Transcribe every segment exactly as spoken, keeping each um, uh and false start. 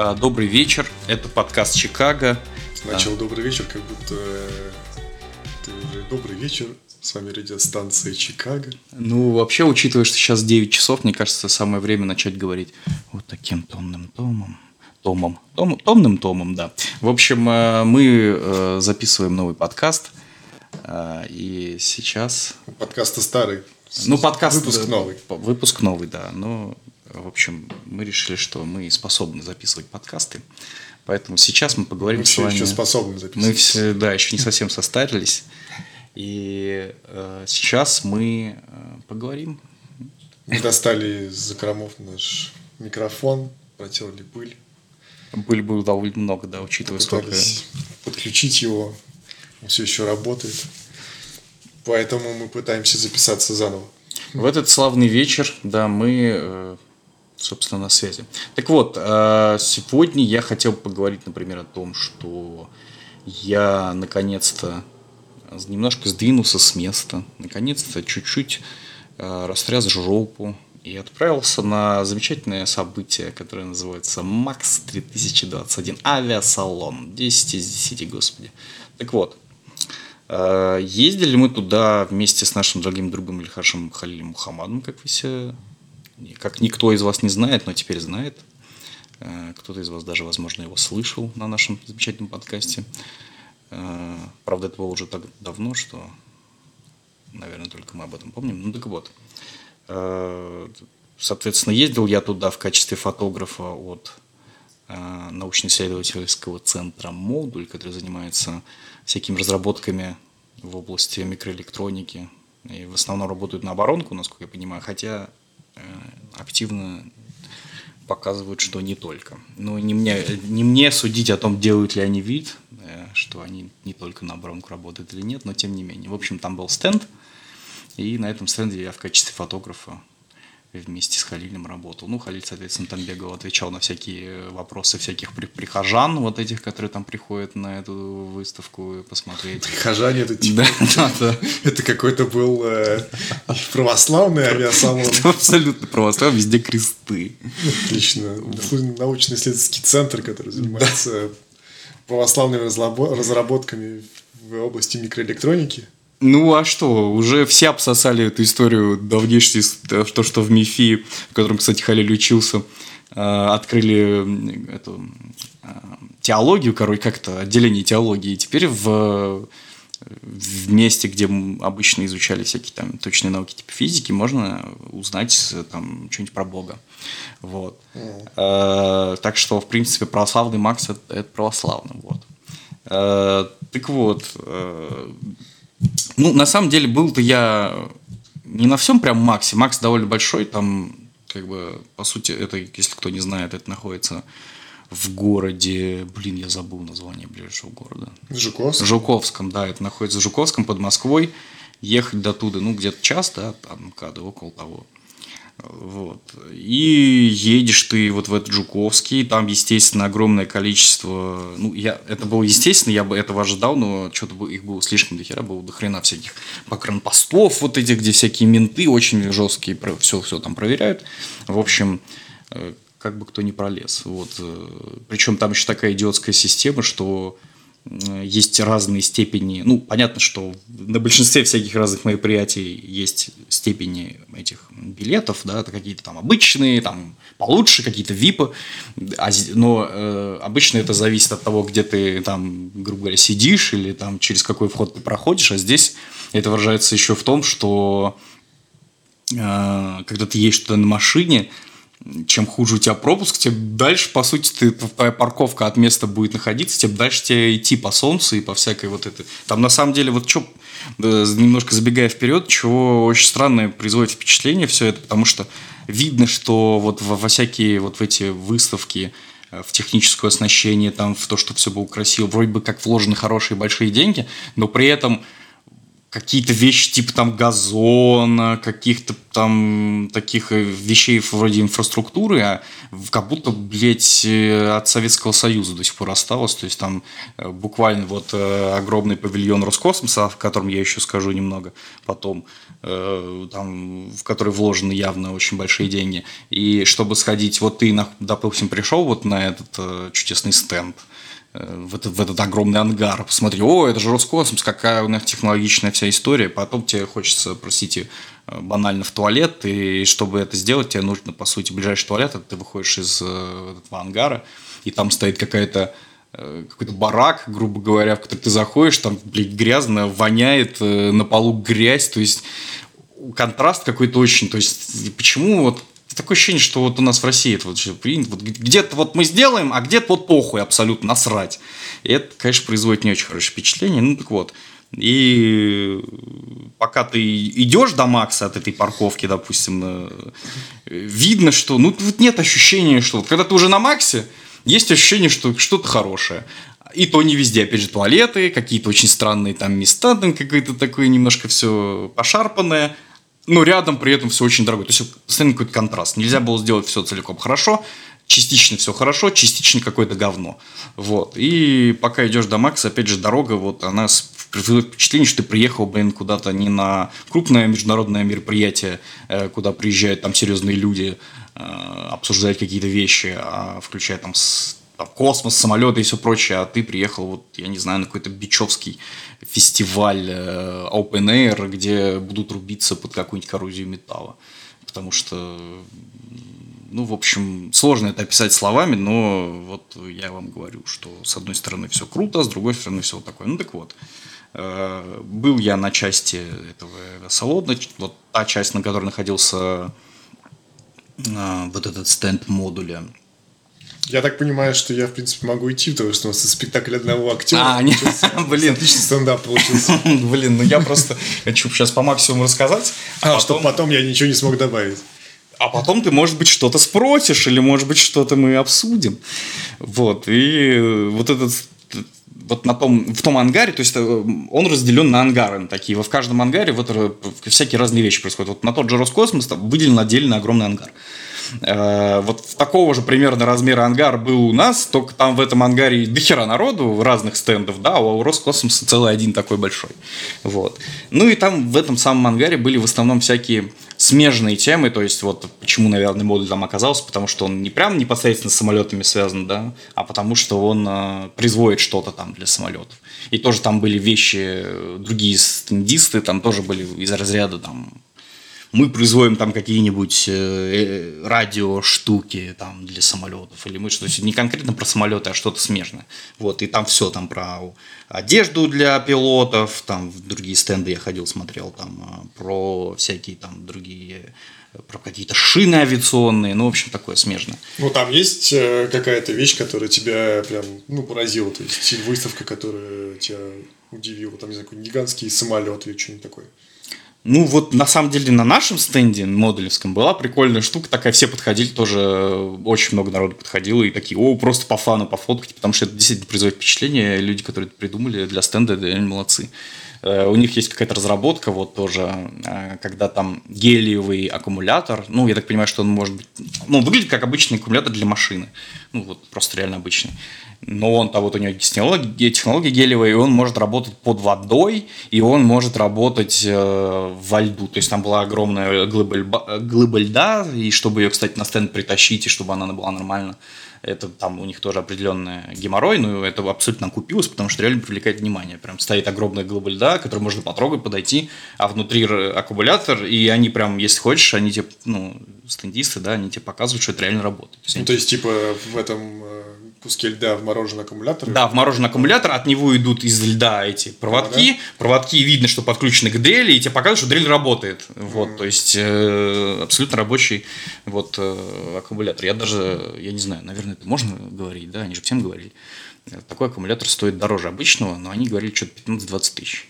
Добрый вечер, это подкаст «Чикаго». Сначала добрый вечер, как будто ты уже добрый вечер. С вами радиостанция «Чикаго». Ну, вообще, учитывая, что сейчас девять часов, мне кажется, самое время начать говорить вот таким томным томом. Томом. Том, томным томом, да. В общем, мы записываем новый подкаст. И сейчас... Подкаст-то старый. Ну, подкаст... Выпуск новый. Выпуск новый, да. Но, в общем, мы решили, что мы способны записывать подкасты. Поэтому сейчас мы поговорим мы с вами... Мы все еще способны записывать. Мы все, да, еще не совсем состарились. И э, сейчас мы э, поговорим. Мы достали из закромов наш микрофон, протерли пыль. Пыль было довольно много, да, учитывая сколько... подключить его. Он все еще работает. Поэтому мы пытаемся записаться заново. В этот славный вечер, да, мы, э, собственно, на связи. Так вот, э, сегодня я хотел поговорить, например, о том, что я наконец-то немножко сдвинулся с места, наконец-то чуть-чуть э, растряс жопу и отправился на замечательное событие, которое называется МАКС две тысячи двадцать один, авиасалон, десять из десяти, господи. Так вот, э, ездили мы туда вместе с нашим дорогим другом Ильхашем Халилем Мухаммадом, как вы все, как никто из вас не знает, но теперь знает. Э, кто-то из вас даже, возможно, его слышал на нашем замечательном подкасте. Правда, это было уже так давно, что, наверное, только мы об этом помним. Ну, так вот. Соответственно, ездил я туда в качестве фотографа от научно-исследовательского центра «Модуль», который занимается всякими разработками в области микроэлектроники. И в основном работают на оборонку, насколько я понимаю, хотя активно показывают, что не только. Но не мне, не мне судить о том, делают ли они вид, что они не только на оборонку работают или нет, но тем не менее. В общем, там был стенд, и на этом стенде я в качестве фотографа вместе с Халилем работал. Ну, Халиль, соответственно, там бегал, отвечал на всякие вопросы всяких прихожан, вот этих, которые там приходят на эту выставку посмотреть. Прихожане, это типа... Да, да, да. Это какой-то был э, православный авиасалон. Абсолютно православный, везде кресты. Отлично. Научно-исследовательский центр, который занимается православными разработками в области микроэлектроники. Ну, а что? Уже все обсосали эту историю давнейшей, то, что в МИФИ, в котором, кстати, Халиль учился, открыли эту теологию, короче, как-то отделение теологии. И теперь в, в месте, где обычно изучали всякие там точные науки типа физики, можно узнать там что-нибудь про Бога. Вот. Mm. А, так что, в принципе, православный МАКС это, это православный. Вот. А, так вот... Ну, на самом деле, был-то я не на всем прям Максе. Макс довольно большой, там, как бы, по сути, это, если кто не знает, это находится в городе, блин, я забыл название ближайшего города. Жуковском? Жуковском, да, это находится в Жуковском, под Москвой. Ехать до туда, ну, где-то час, да, там, когда около того. Вот. И едешь ты вот в этот Жуковский, там, естественно, огромное количество, ну, я, это было естественно, я бы этого ожидал, но что-то их было слишком до хера, было до хрена всяких погранпостов вот этих, где всякие менты очень жесткие, все-все там проверяют. В общем, как бы кто ни пролез. Вот. Причем там еще такая идиотская система, что есть разные степени, ну, понятно, что на большинстве всяких разных мероприятий есть степени этих билетов, да, это какие-то там обычные, там получше, какие-то випы, но э, обычно это зависит от того, где ты там, грубо говоря, сидишь или там через какой вход ты проходишь, а здесь это выражается еще в том, что э, когда ты едешь туда на машине, чем хуже у тебя пропуск, тем дальше, по сути, ты, твоя парковка от места будет находиться, тем дальше тебе идти по солнцу и по всякой вот этой. Там, на самом деле, вот что, немножко забегая вперед, чего очень странное производит впечатление все это, потому что видно, что вот во, во всякие вот в эти выставки, в техническое оснащение, там, в то, чтобы все было красиво, вроде бы как вложены хорошие большие деньги, но при этом какие-то вещи типа там газона, каких-то там таких вещей вроде инфраструктуры, а как будто, блядь, от Советского Союза до сих пор осталось. То есть там буквально вот огромный павильон Роскосмоса, в котором я еще скажу немного потом, там, в который вложены явно очень большие деньги. И чтобы сходить, вот ты, допустим, пришел вот на этот чудесный стенд, в этот, в этот огромный ангар, посмотри, о, это же Роскосмос, какая у них технологичная вся история, потом тебе хочется, простите, банально в туалет, и чтобы это сделать, тебе нужно, по сути, ближайший туалет, ты выходишь из этого ангара, и там стоит какая-то какой-то барак, грубо говоря, в который ты заходишь, там, блядь, грязно, воняет, на полу грязь, то есть контраст какой-то очень, то есть почему вот такое ощущение, что вот у нас в России это вот принято, вот где-то вот мы сделаем, а где-то вот похуй абсолютно, насрать. И это, конечно, производит не очень хорошее впечатление. Ну так вот. И пока ты идешь до Макса от этой парковки, допустим, видно, что ну вот нет ощущения, что вот, когда ты уже на Максе, есть ощущение, что что-то хорошее. И то не везде, опять же, туалеты, какие-то очень странные там места, там какое-то такое немножко все пошарпанное. Но рядом при этом все очень дорого. То есть постоянно какой-то контраст. Нельзя было сделать все целиком хорошо. Частично все хорошо, частично какое-то говно. Вот. И пока идешь до Макса, опять же, дорога, вот она производит впечатление, что ты приехал, блин, куда-то не на крупное международное мероприятие, куда приезжают там серьезные люди обсуждать какие-то вещи, включая там космос, самолеты и все прочее, а ты приехал, вот, я не знаю, на какой-то бичевский фестиваль э, Open Air, где будут рубиться под какую-нибудь коррозию металла. Потому что, ну, в общем, сложно это описать словами, но вот я вам говорю, что с одной стороны все круто, с другой стороны все вот такое. Ну, так вот, э, был я на части этого салона, вот та часть, на которой находился э, вот этот стенд модуля. Я так понимаю, что я, в принципе, могу идти, потому что у нас спектакль одного актера. А, нет, блин. Отличный стендап получился. Блин, ну я просто хочу сейчас по максимуму рассказать. А, чтобы потом я ничего не смог добавить. А потом ты, может быть, что-то спросишь, или, может быть, что-то мы обсудим. Вот, и вот этот... Вот на том, в том ангаре, то есть он разделен на ангары такие. В каждом ангаре вот всякие разные вещи происходят. Вот на тот же Роскосмос там выделен отдельно огромный ангар. Вот такого же примерно размера ангар был у нас, только там в этом ангаре дохера народу, разных стендов, да, а у Роскосмоса целый один такой большой. Вот. Ну и там в этом самом ангаре были в основном всякие смежные темы, то есть вот почему, наверное, модуль там оказался, потому что он не прям непосредственно с самолетами связан, да, а потому что он э, производит что-то там для самолетов. И тоже там были вещи, другие стендисты, там тоже были из разряда там мы производим там какие-нибудь э, радиоштуки там для самолетов, или мы что-то не конкретно про самолеты, а что-то смежное. Вот, и там все там про одежду для пилотов, там в другие стенды я ходил, смотрел, там про всякие там другие, про какие-то шины авиационные, ну, в общем, такое смежное. Ну, там есть э, какая-то вещь, которая тебя прям, ну, поразила, то есть выставка, которая тебя удивила, там, не знаю, какой-нибудь гигантский самолет или что-нибудь такое. Ну, вот на самом деле на нашем стенде модулевском была прикольная штука такая, все подходили, тоже очень много народу подходило, и такие, о, просто по фану пофоткать, потому что это действительно производит впечатление, люди, которые это придумали для стенда, реально молодцы. У них есть какая-то разработка, вот тоже, когда там гелиевый аккумулятор, ну, я так понимаю, что он может быть, ну, выглядит как обычный аккумулятор для машины, ну, вот просто реально обычный. Но он там вот у него технология, технология гелиевая, и он может работать под водой, и он может работать э, во льду. То есть там была огромная глыба, льба, глыба льда, и чтобы ее, кстати, на стенд притащить, и чтобы она была нормально, это там у них тоже определенный геморрой, но это абсолютно окупилось, потому что реально привлекает внимание. Прям стоит огромная глыба льда, которую можно потрогать, подойти, а внутри аккумулятор, и они прям, если хочешь, они тебе, ну, стендисты, да, они тебе показывают, что это реально работает. То есть, ну, они... то есть типа в этом куске льда вморожен аккумулятор? Да, вморожен аккумулятор, от него идут из льда эти проводки, а, да? Проводки видно, что подключены к дрели, и тебе показывают, что дрель работает. Вот, mm. то есть э, абсолютно рабочий вот, э, аккумулятор. Я даже, я не знаю, наверное, это можно говорить, да, они же всем говорили. Такой аккумулятор стоит дороже обычного, но они говорили что-то пятнадцать-двадцать тысяч.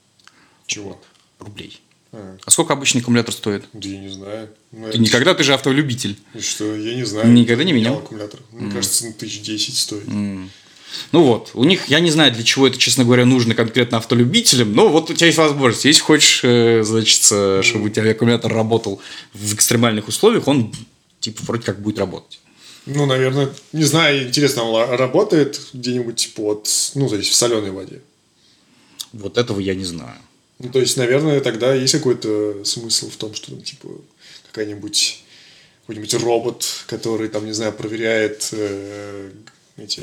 Чего? Рублей. А. а сколько обычный аккумулятор стоит? Да я не знаю. Ну, ты никогда, ты же автолюбитель. И что, я не знаю. Никогда не менял? Аккумулятор. Мне mm. кажется, ну, тысяч десять стоит. Mm. Ну вот, у них, я не знаю, для чего это, честно говоря, нужно конкретно автолюбителям, но вот у тебя есть возможность. Если хочешь, значит, чтобы у тебя аккумулятор работал в экстремальных условиях, он, типа, вроде как будет работать. Ну, наверное, не знаю, интересно, он работает где-нибудь под, ну, то есть в соленой воде? Вот этого я не знаю. Ну, то есть, наверное, тогда есть какой-то смысл в том, что, там, типа, какая-нибудь, какой-нибудь робот, который, там, не знаю, проверяет э, эти...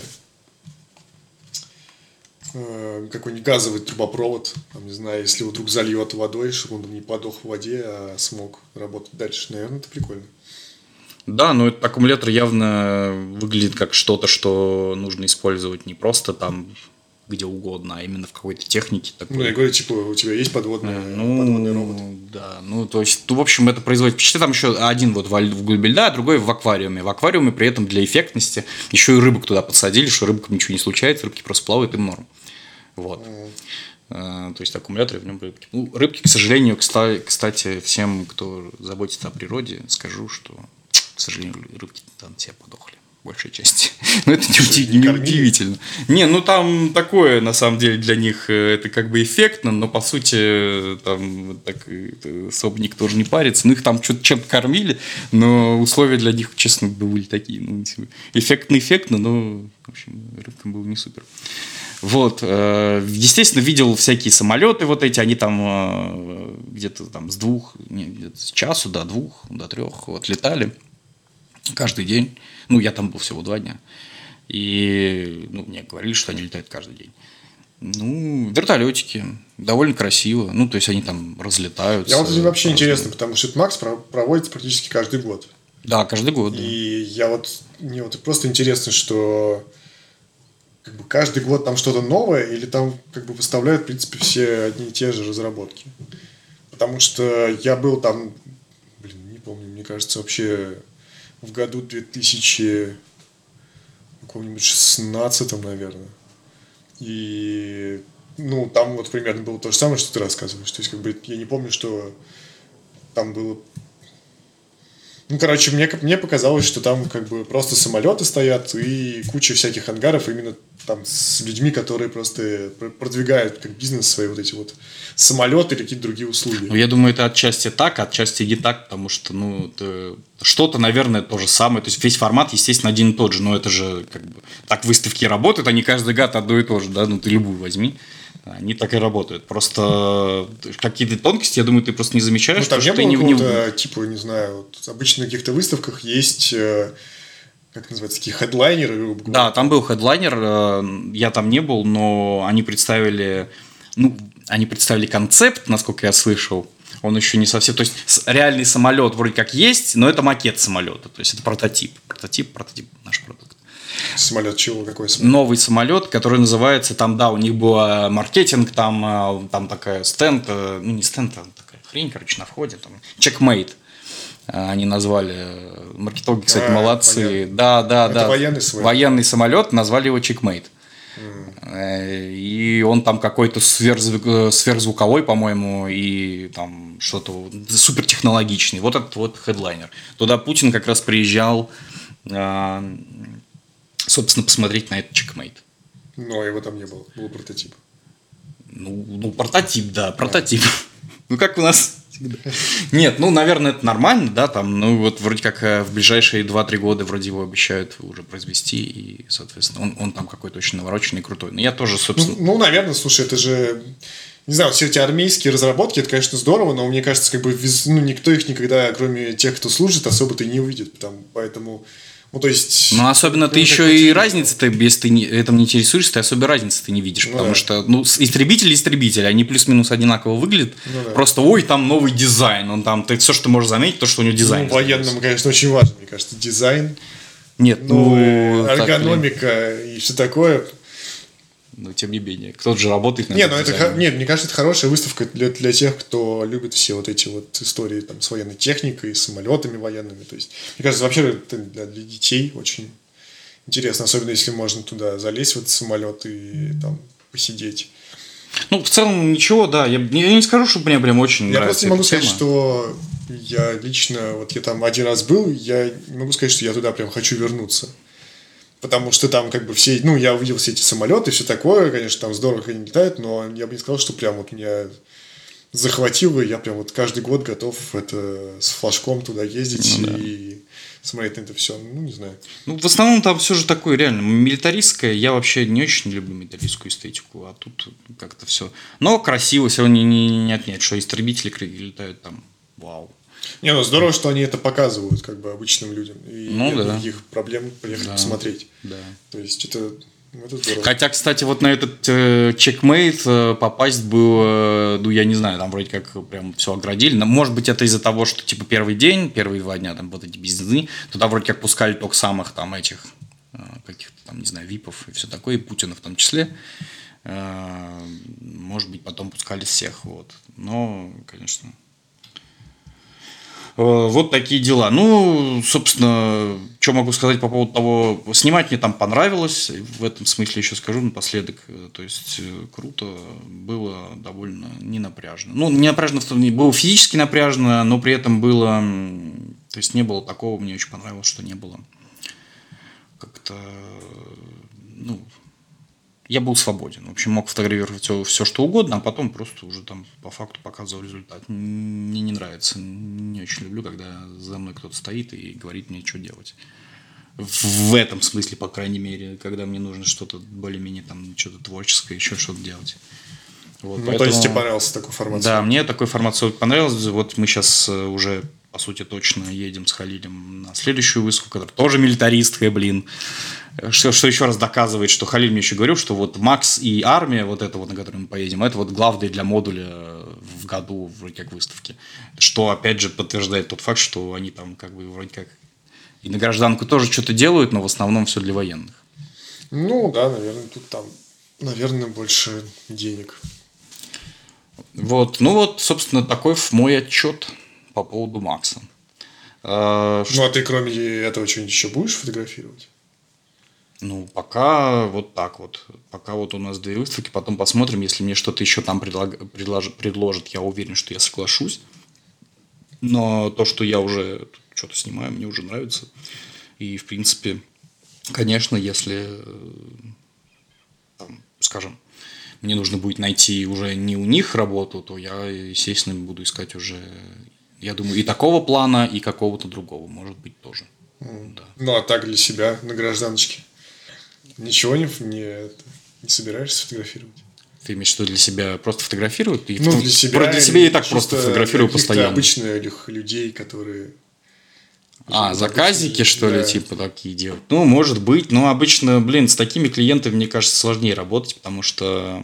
какой-нибудь газовый трубопровод, там, не знаю, если его вдруг зальет водой, чтобы он не подох в воде, а смог работать дальше. Наверное, это прикольно. Да, но этот аккумулятор явно выглядит как что-то, что нужно использовать не просто там где угодно, а именно в какой-то технике. Такой. Ну, я говорю, типа, у тебя есть подводный, ну, подводный робот? Да, ну, то есть, ну, в общем, это производит впечатление. Там еще один вот в глубине льда, а другой в аквариуме. В аквариуме при этом для эффектности еще и рыбок туда подсадили, что рыбкам ничего не случается, рыбки просто плавают, им норм. Вот. Mm. То есть аккумуляторы в нем рыбки. Ну, рыбки, к сожалению, кстати, всем, кто заботится о природе, скажу, что, к сожалению, рыбки там все подохли. Большей части. Но это не, не удивительно. Не, ну там такое, на самом деле, для них это как бы эффектно, но по сути там так, особо никто тоже не парится. Ну их там что-то чем-то кормили, но условия для них, честно, были такие. Ну, эффектно-эффектно, но, в общем, рыбкам было не супер. Вот. Естественно, видел всякие самолеты вот эти, они там где-то там с двух, не, где-то с часу до двух, до трех вот летали каждый день. Ну, я там был всего два дня. И ну, мне говорили, что они летают каждый день. Ну, вертолетики. Довольно красиво. Ну, то есть, они там разлетаются. Я вот это вообще интересно, потому что Макс проводится практически каждый год. Да, каждый год. И да. я вот... Мне вот просто интересно, что как бы каждый год там что-то новое, или там как бы выставляют, в принципе, все одни и те же разработки. Потому что я был там... Блин, не помню, мне кажется, вообще... в году две тысячи шестнадцатом, наверное. И, ну, там вот примерно было то же самое, что ты рассказываешь. То есть, как бы, я не помню, что там было... Ну, короче, мне, мне показалось, что там как бы просто самолеты стоят и куча всяких ангаров именно там с людьми, которые просто продвигают как бизнес свои вот эти вот самолеты или какие-то другие услуги. Ну, я думаю, это отчасти так, отчасти не так, потому что, ну, что-то, наверное, то же самое. То есть, весь формат, естественно, один и тот же, но это же, как бы, так выставки работают, они каждый год одно и то же, да, ну, ты любую возьми. Они так и работают. Просто какие-то тонкости, я думаю, ты просто не замечаешь. Ну, там что не ты было не, какого-то, типа, не знаю, вот обычно на каких-то выставках есть, как называется, такие хедлайнеры. Да, там был хедлайнер, я там не был, но они представили, ну, они представили концепт, насколько я слышал. Он еще не совсем... То есть, реальный самолет вроде как есть, но это макет самолета. То есть, это прототип. Прототип, прототип, наш продукт. Самолет чего? Какой самолет? Новый самолет, который называется, там, да, у них был маркетинг, там, там такая стенд, ну не стенд, а такая хрень, короче, на входе, там, Checkmate они назвали, маркетологи, кстати, а, молодцы. Понятно. Да, да, это да. Военный самолет. Военный самолет, назвали его Checkmate. Mm. И он там какой-то сверхзвук, сверхзвуковой, по-моему, и там что-то супертехнологичный. Вот этот вот хедлайнер. Туда Путин как раз приезжал, собственно, посмотреть на этот Checkmate. Но его там не было. Был прототип. Ну, ну прототип, да, прототип. А. Ну, как у нас всегда. Нет, ну, наверное, это нормально, да, там, ну, вот вроде как в ближайшие два-три года вроде его обещают уже произвести, и, соответственно, он, он там какой-то очень навороченный и крутой. Но я тоже, собственно... Ну, ну, наверное, слушай, это же... Не знаю, все эти армейские разработки, это, конечно, здорово, но мне кажется, как бы, ну, никто их никогда, кроме тех, кто служит, особо-то и не увидит, там, поэтому... Ну, то есть... Ну, особенно ты еще и разницы-то, если ты не, этим не интересуешься, ты особо разницы ты не видишь. Ну, потому да. что, ну, истребитель истребитель, они плюс-минус одинаково выглядят. Ну, да. Просто, ой, там новый дизайн. Он там, ты все, что можешь заметить, то, что у него дизайн. Ну, военному, конечно, очень важно, мне кажется, дизайн. Нет, ну... ну эргономика и все такое. Но, тем не менее, кто-то же работает над нет, ну это, нет, мне кажется, это хорошая выставка для, для тех, кто любит все вот эти вот истории там, с военной техникой, с самолетами военными. То есть, мне кажется, вообще это для, для детей очень интересно, особенно если можно туда залезть в этот самолет и там посидеть. Ну, в целом, ничего, да. Я, я не скажу, что мне прям очень я нравится. Я просто не могу сказать, тема. что я лично, вот я там один раз был, я не могу сказать, что я туда прям хочу вернуться. Потому что там как бы все... Ну, я увидел все эти самолеты, все такое, конечно, там здорово, как они летают, но я бы не сказал, что прям вот меня захватило, и я прям вот каждый год готов это с флажком туда ездить ну, и да. смотреть на это все. Ну, не знаю. Ну, в основном там все же такое реально милитаристское. Я вообще не очень люблю милитаристскую эстетику, а тут как-то все. Но красиво, все равно не, не, не отнять, что истребители летают там. Вау. Не, ну здорово, что они это показывают как бы обычным людям. И ну, нет да. никаких проблем поехать да. посмотреть. Да. То есть это, это здорово. Хотя, кстати, вот на этот э, чекмейт э, попасть было, э, ну, я не знаю, там вроде как прям все оградили. Но, может быть, это из-за того, что типа первый день, первые два дня, там вот эти бизнесы, туда вроде как пускали только самых там этих, э, каких-то там, не знаю, випов и все такое, и Путина в том числе. Э, может быть, потом пускали всех, вот. Но, конечно... Вот такие дела. Ну, собственно, что могу сказать по поводу того, снимать мне там понравилось, в этом смысле еще скажу напоследок, то есть круто, было довольно ненапряжно. Ну, не напряжно, было физически напряжно, но при этом было, то есть не было такого, мне очень понравилось, что не было как-то, ну, я был свободен. В общем, мог фотографировать все, все, что угодно, а потом просто уже там по факту показывал результат. Мне не нравится, не очень люблю, когда за мной кто-то стоит и говорит мне, что делать. В этом смысле, по крайней мере, когда мне нужно что-то более-менее там, что-то творческое, еще что-то делать. Вот, ну, поэтому... то есть тебе понравился такой формат? Да, мне такой формат понравился. Вот мы сейчас уже, по сути, точно едем с Халилем на следующую выставку, которая тоже милитаристская, блин. Что, что еще раз доказывает, что Халиль мне еще говорил, что вот Макс и армия, вот это вот, на которой мы поедем, это вот главное для модуля в году вроде как выставки. Что, опять же, подтверждает тот факт, что они там как бы вроде как и на гражданку тоже что-то делают, но в основном все для военных. Ну, да, наверное, тут там, наверное, больше денег. Вот, ну вот, собственно, такой мой отчет по поводу Макса. А, ну, а ты кроме этого что-нибудь еще будешь фотографировать? Ну, пока вот так вот. Пока вот у нас две выставки, потом посмотрим, если мне что-то еще там предлаг... предлож... предложат, я уверен, что я соглашусь. Но то, что я уже что-то снимаю, мне уже нравится. И, в принципе, конечно, если, там, скажем, мне нужно будет найти уже не у них работу, то я, естественно, буду искать уже, я думаю, и такого плана, и какого-то другого, может быть, тоже. Mm. Да. Ну, а так для себя на гражданочке? Ничего не, не, не собираешься фотографировать? Ты имеешь в виду для себя просто фотографировать? Ну, для себя. Для себя я и так просто фотографирую постоянно. Обычных людей, которые... А, заказики, что ли, да. Типа такие делать? Ну, может быть. Но обычно, блин, с такими клиентами, мне кажется, сложнее работать, потому что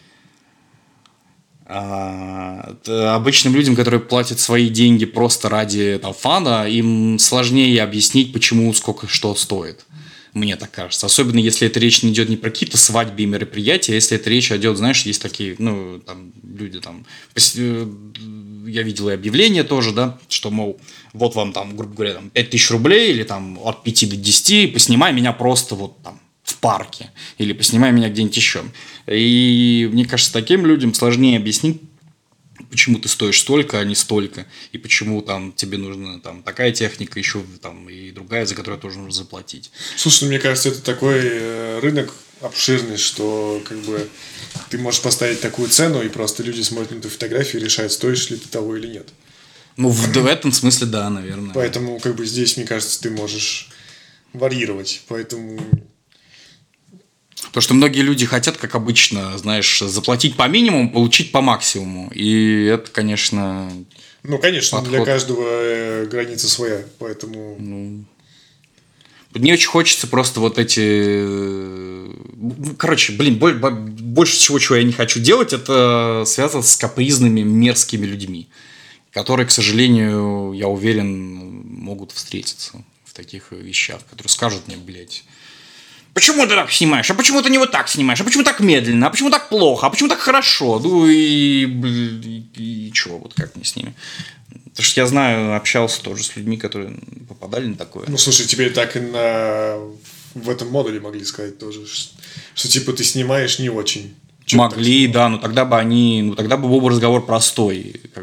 а, обычным людям, которые платят свои деньги просто ради там, фана, им сложнее объяснить, почему, сколько что стоит. Мне так кажется. Особенно, если это речь не идет не про какие-то свадьбы и мероприятия, если это речь идет, знаешь, есть такие, ну, там, люди там... Я видел и объявления тоже, да, что, мол, вот вам там, грубо говоря, там, пять тысяч рублей или там от пяти до десяти, поснимай меня просто вот там в парке или поснимай меня где-нибудь еще. И мне кажется, таким людям сложнее объяснить, почему ты стоишь столько, а не столько, и почему там тебе нужна там такая техника, еще там и другая, за которую тоже нужно заплатить. Слушай, ну, мне кажется, это такой э, рынок обширный, что как бы ты можешь поставить такую цену, и просто люди смотрят на эту фотографию и решают, стоишь ли ты того или нет. Ну, в, в этом смысле, да, наверное. Поэтому, как бы, здесь, мне кажется, ты можешь варьировать. Поэтому... Потому что многие люди хотят, как обычно, знаешь, заплатить по минимуму, получить по максимуму. И это, конечно... Ну, конечно, подход. Для каждого граница своя, поэтому... Ну... Мне очень хочется просто вот эти... Короче, блин, больше всего, чего я не хочу делать, это связано с капризными, мерзкими людьми, которые, к сожалению, я уверен, могут встретиться в таких вещах, которые скажут мне, блядь, почему ты так снимаешь? А почему ты не вот так снимаешь? А почему так медленно? А почему так плохо? А почему так хорошо? Ну и, и, и, и чего, вот как мне с ними? Потому что я знаю, общался тоже с людьми, которые попадали на такое. Ну, слушай, тебе так и на... в этом модуле могли сказать тоже, что, что типа ты снимаешь не очень. Могли, да, но тогда бы они, ну тогда бы был бы разговор простой, как бы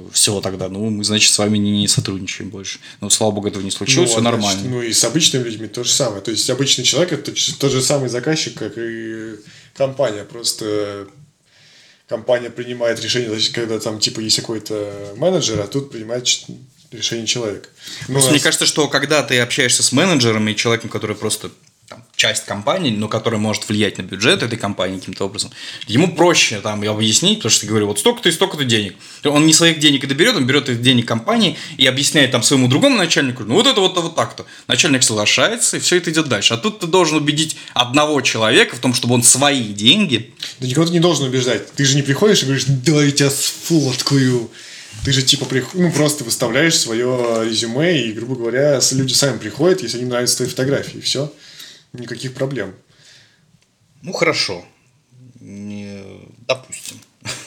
все тогда, ну, мы, значит, с вами не, не сотрудничаем больше. Но, слава богу, этого не случилось, Ну, все а значит, нормально. ну и с обычными людьми то же самое. То есть обычный человек это тот же самый заказчик, как и компания. Просто компания принимает решение, значит, когда там типа есть какой-то менеджер, а тут принимает решение человек. Ну, Просто нас... мне кажется, что когда ты общаешься с менеджером и человеком, который просто там, часть компании, но который может влиять на бюджет этой компании каким-то образом, ему проще там объяснить, потому что я говорю, вот столько-то и столько-то денег. Он не своих денег это берет, он берет их денег компании и объясняет там своему другому начальнику, ну вот это вот, вот так-то. Начальник соглашается, и все это идет дальше. А тут ты должен убедить одного человека в том, чтобы он свои деньги... Да никого ты не должен убеждать. Ты же не приходишь и говоришь, да я тебя сфоткаю. Ты же типа прих... ну, просто выставляешь свое резюме, и, грубо говоря, люди сами приходят, если им нравятся твои фотографии, и все. Никаких проблем. Ну, хорошо. Не... Допустим.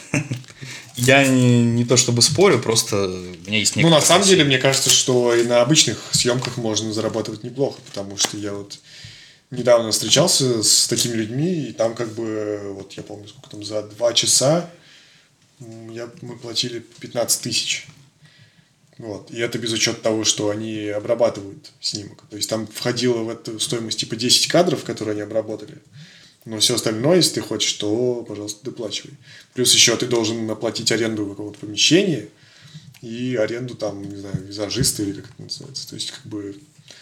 Я не, не то чтобы спорю, просто у меня есть некоторые... Ну, на самом опасения. деле, мне кажется, что и на обычных съемках можно зарабатывать неплохо, потому что я вот недавно встречался с такими людьми, и там как бы, вот я помню, сколько там, за два часа я, мы платили пятнадцать тысяч. Вот. И это без учета того, что они обрабатывают снимок. То есть там входило в эту стоимость типа десять кадров, которые они обработали. Но все остальное, если ты хочешь, то, пожалуйста, доплачивай. Плюс еще ты должен оплатить аренду какого-то помещения и аренду там, не знаю, визажиста или как это называется. То есть, как бы,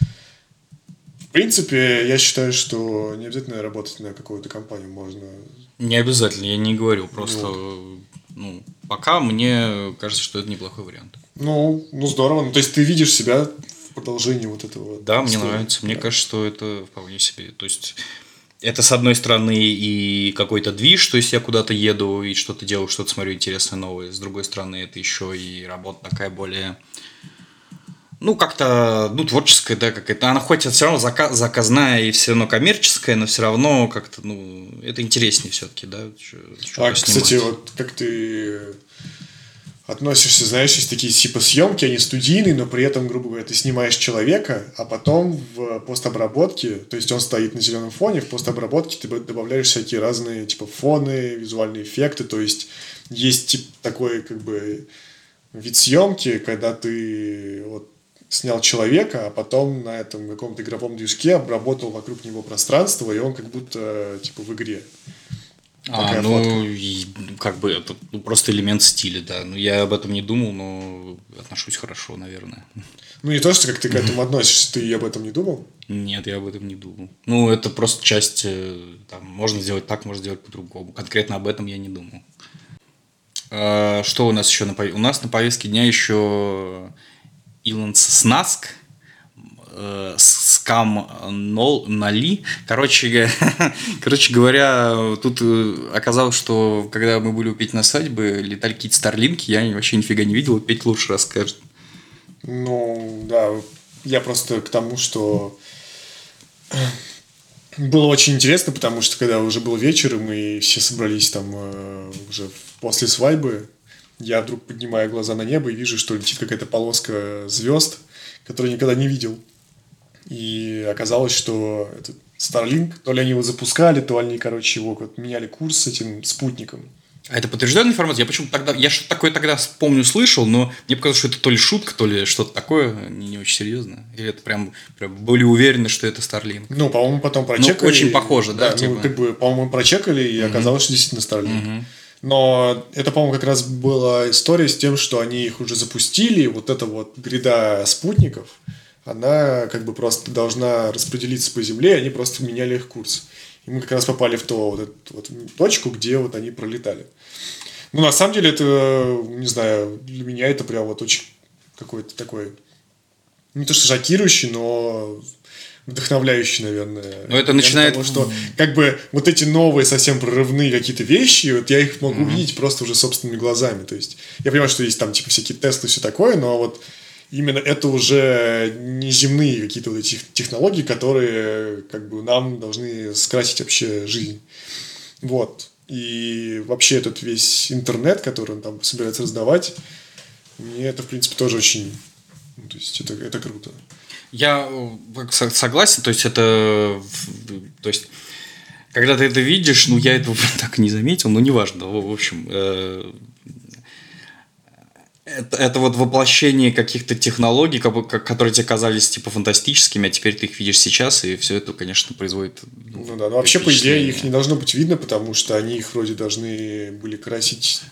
в принципе, я считаю, что не обязательно работать на какую-то компанию, можно... Не обязательно, я не говорю, просто, Вот. ну, пока мне кажется, что это неплохой вариант. Ну, ну здорово. Ну, то есть ты видишь себя в продолжении вот этого. Да, мне истории. нравится. Мне Да. кажется, что это вполне себе. То есть, это, с одной стороны, и какой-то движ, то есть я куда-то еду и что-то делаю, что-то смотрю интересное, новое. С другой стороны, это еще и работа такая более, ну, как-то, ну, творческая, да, какая-то. Она хоть все равно зака- заказная и все равно коммерческая, но все равно как-то, ну, это интереснее все-таки, да. чё- А, что-то кстати, снимать. вот как ты относишься, знаешь, есть такие типа съемки, они студийные, но при этом, грубо говоря, ты снимаешь человека, а потом в постобработке, то есть он стоит на зеленом фоне, в постобработке ты добавляешь всякие разные типа фоны, визуальные эффекты, то есть есть тип такой как бы вид съемки, когда ты вот снял человека, а потом на этом каком-то игровом движке обработал вокруг него пространство, и он как будто типа в игре. А, Такая ну, фотка. и, как бы это ну, просто элемент стиля, да. Ну, я об этом не думал, но отношусь хорошо, наверное. Ну, не то, что как ты к этому относишься, ты об этом не думал? Нет, я об этом не думал. Ну, это просто часть, э, там, можно сделать так, можно сделать по-другому. Конкретно об этом я не думал. А, что у нас еще на повестке? У нас на повестке дня еще Илон Снаск, э, Скам Нол- Нали. Короче, короче говоря, тут э, оказалось, что когда мы были у Пети на свадьбе, летали какие-то старлинки, я вообще нифига не видел, Петя лучше расскажет. Ну, да, я просто к тому, что было очень интересно, потому что когда уже был вечер, и мы все собрались там э, уже после свадьбы, я вдруг поднимаю глаза на небо и вижу, что летит какая-то полоска звезд, которую я никогда не видел. И оказалось, что этот Starlink, то ли они его запускали, то ли они, короче, его вот меняли курс с этим спутником. А это подтвержденная информация? Я почему-то тогда, я что-то такое тогда, помню, слышал, но мне показалось, что это то ли шутка, то ли что-то такое, не, не очень серьезно. Или это прям, прям были уверены, что это Starlink. Ну, по-моему, потом прочекали. очень похоже, да, Да, типа? ну, как бы, по-моему, прочекали, и оказалось, что действительно Starlink. Мгм. Но это, по-моему, как раз была история с тем, что они их уже запустили, и вот эта вот гряда спутников, она как бы просто должна распределиться по Земле, и они просто меняли их курс. И мы как раз попали в ту вот эту вот точку, где вот они пролетали. Ну, на самом деле, это, не знаю, для меня это прям вот очень какой-то такой, не то что шокирующий, но вдохновляющий, наверное. Но это момент начинает- того, что как бы вот эти новые совсем прорывные какие-то вещи, вот я их могу увидеть просто уже собственными глазами. То есть я понимаю, что есть там типа всякие Теслы и все такое, но вот именно это уже неземные какие-то вот эти технологии, которые как бы нам должны скрасить вообще жизнь. Вот. И вообще этот весь интернет, который он там собирается раздавать, мне это, в принципе, тоже очень... Ну, то есть это, это круто. Я э, со- согласен, то есть это, в- то есть, когда ты это видишь, ну, я этого так и не заметил, но неважно, в в общем, э, Это, это вот воплощение каких-то технологий, как бы, как- которые тебе казались типа фантастическими, а теперь ты их видишь сейчас, и все это, конечно, производит ну, Ну да, но вообще, по идее, впечатление. их не должно быть видно, потому что они их вроде должны были красить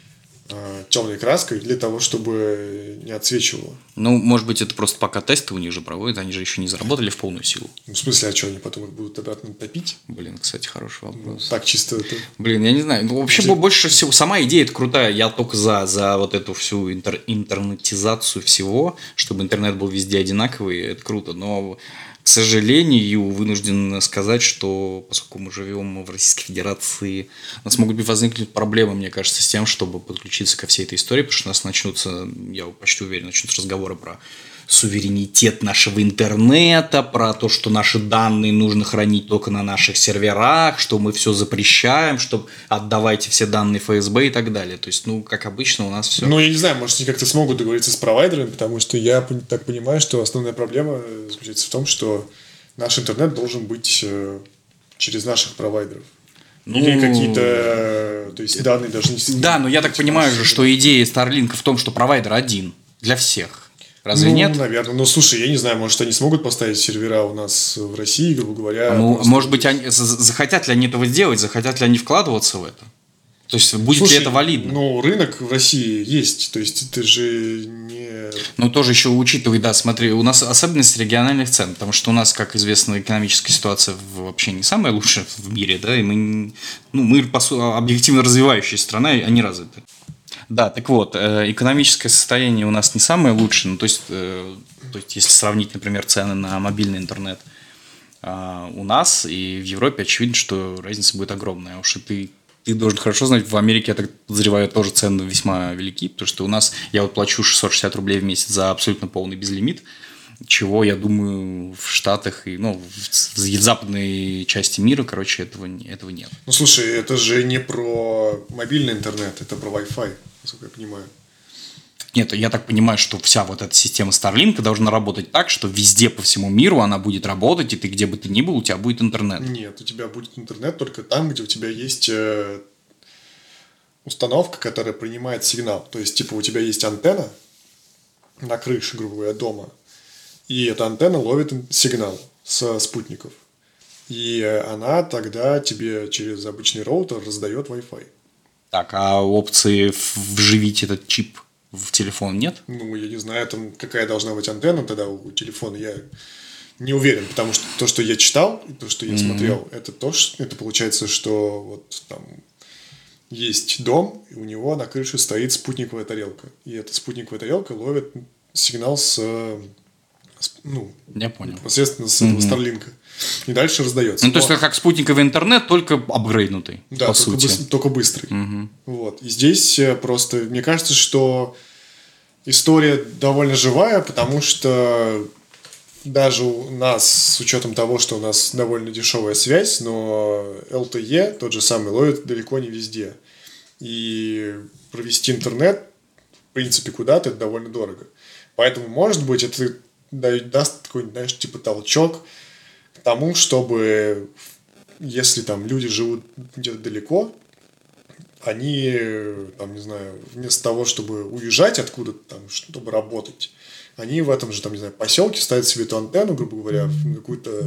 темной краской для того, чтобы не отсвечивало. Ну, может быть, это просто пока тесты у них же проводят, они же еще не заработали в полную силу. Ну, в смысле, а что, они потом их будут обратно топить? Блин, кстати, хороший Ну, вопрос. так чисто это... Блин, я не знаю. Ну, вообще, Где- больше всего, сама идея это крутая. Я только за, за вот эту всю интер- интернетизацию всего, чтобы интернет был везде одинаковый, это круто. Но, к сожалению, вынужден сказать, что поскольку мы живем в Российской Федерации, у нас могут быть возникнуть проблемы, мне кажется, с тем, чтобы подключиться ко всей этой истории, потому что у нас начнутся, я почти уверен, начнутся разговоры про суверенитет нашего интернета, про то, что наши данные нужно хранить только на наших серверах, что мы все запрещаем, что отдавайте все данные эф эс бэ и так далее. То есть, ну, как обычно, у нас все. Ну, я не знаю, может, они как-то смогут договориться с провайдерами, потому что я пон- так понимаю, что основная проблема заключается в том, что наш интернет должен быть э, через наших провайдеров. Ну, Или какие-то, э, то есть данные должны... Да, но я так понимаю же, что идея Starlink в том, что провайдер один для всех. Разве ну, нет? наверное. Ну, слушай, я не знаю, может, они смогут поставить сервера у нас в России, грубо говоря. Ну, просто- может быть, они, з- захотят ли они этого сделать, захотят ли они вкладываться в это? То есть, будет Слушай, ли это валидно? Ну, рынок в России есть, то есть это же не... Ну, тоже еще учитывай, да, смотри, у нас особенность региональных цен, потому что у нас, как известно, экономическая ситуация в- вообще не самая лучшая в мире, да, и мы, не- ну, мы по су- объективно развивающаяся страна, а не развитая. Да, так вот, э, экономическое состояние у нас не самое лучшее, ну, то есть, э, то есть если сравнить, например, цены на мобильный интернет а, у нас и в Европе, очевидно, что разница будет огромная. Уж и ты, ты должен хорошо знать, в Америке, я так подозреваю, тоже цены весьма велики, потому что у нас, я вот плачу шестьсот шестьдесят рублей в месяц за абсолютно полный безлимит, чего, я думаю, в Штатах и ну, в, в западной части мира, короче, этого, не- этого нет. Ну, слушай, это же не про мобильный интернет, это про Wi-Fi, насколько я понимаю. Нет, я так понимаю, что вся вот эта система Starlink должна работать так, что везде по всему миру она будет работать, и ты где бы ты ни был, у тебя будет интернет. Нет, у тебя будет интернет только там, где у тебя есть э, установка, которая принимает сигнал. То есть, типа, у тебя есть антенна на крыше, грубо говоря, дома, и эта антенна ловит ин- сигнал со спутников. И э, она тогда тебе через обычный роутер раздает Wi-Fi. Так, а опции в- вживить этот чип в телефон нет? Ну, я не знаю, там какая должна быть антенна тогда у телефона, я не уверен, потому что то, что я читал, и то, что я смотрел, это то, что это получается, что вот там есть дом, и у него на крыше стоит спутниковая тарелка. И эта спутниковая тарелка ловит сигнал с, э, с- ну, Я понял. непосредственно с этого Старлинка. И дальше раздается. Ну, то есть, Но- это как спутниковый интернет, только апгрейднутый, Да, по только, сути. быс- только быстрый. Вот. И здесь э, просто, мне кажется, что история довольно живая, потому что даже у нас, с учетом того, что у нас довольно дешевая связь, но эл тэ е, тот же самый, ловит далеко не везде. И провести интернет, в принципе, куда-то, это довольно дорого. Поэтому, может быть, это да- даст такой, знаешь, типа толчок к тому, чтобы, если там люди живут где-то далеко, они, э, там, не знаю, вместо того, чтобы уезжать откуда-то там, чтобы работать, они в этом же, там, не знаю, поселке ставят себе эту антенну, грубо говоря, в какую-то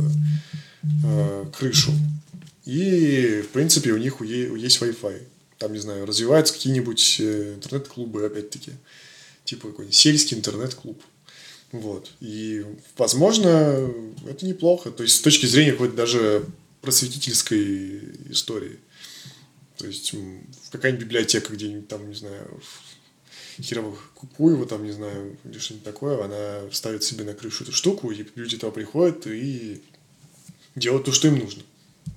э, крышу. И, в принципе, у них уе- есть Wi-Fi. Там, не знаю, развиваются какие-нибудь э, интернет-клубы, опять-таки. Типа какой-нибудь сельский интернет-клуб. Вот. И, возможно, это неплохо. То есть, с точки зрения какой-то даже просветительской истории. То есть, м, какая-нибудь библиотека где-нибудь там, не знаю, в Херовых Кукуева, там, не знаю, или что-нибудь такое, она ставит себе на крышу эту штуку, и люди туда приходят и делают то, что им нужно.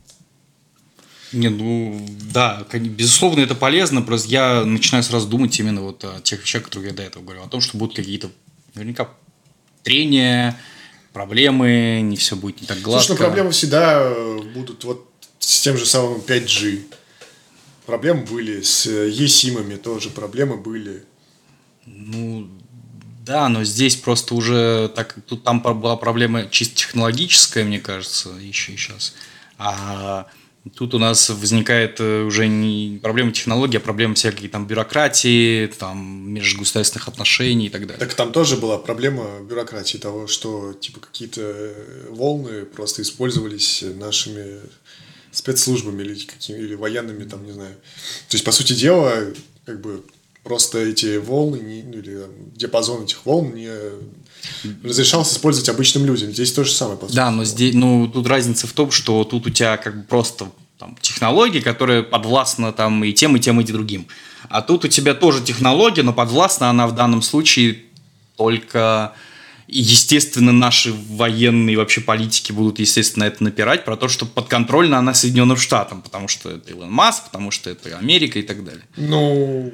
Не, ну, да, кон- безусловно, это полезно, просто я начинаю сразу думать именно вот о тех вещах, которые я до этого говорил, о том, что будут какие-то, наверняка, трения, проблемы, не все будет не так гладко. Слушай, ну проблемы всегда э, будут вот с тем же самым пять джи. Проблемы были с э, eSIM-ами, тоже проблемы были. Ну, да, но здесь просто уже так, тут там была проблема чисто технологическая, мне кажется, еще и сейчас. А Тут у нас возникает э, уже не проблема технологии, а проблема всякой там бюрократии, там межгосударственных отношений и так далее. Так там тоже была проблема бюрократии того, что типа какие-то волны просто использовались нашими спецслужбами или, какими, или военными, там, не знаю. То есть, по сути дела, как бы просто эти волны, не, ну, или там, диапазон этих волн не разрешался использовать обычным людям. Здесь то же самое, по сути. Да, но здесь, ну, тут разница в том, что тут у тебя как бы просто там, технологии, которые подвластны там и тем, и тем, и другим. А тут у тебя тоже технология, но подвластна она в данном случае только... И, естественно, наши военные вообще политики будут, естественно, это напирать, про то, что подконтрольна она Соединенным Штатам, потому что это Илон Маск, потому что это Америка и так далее. Ну...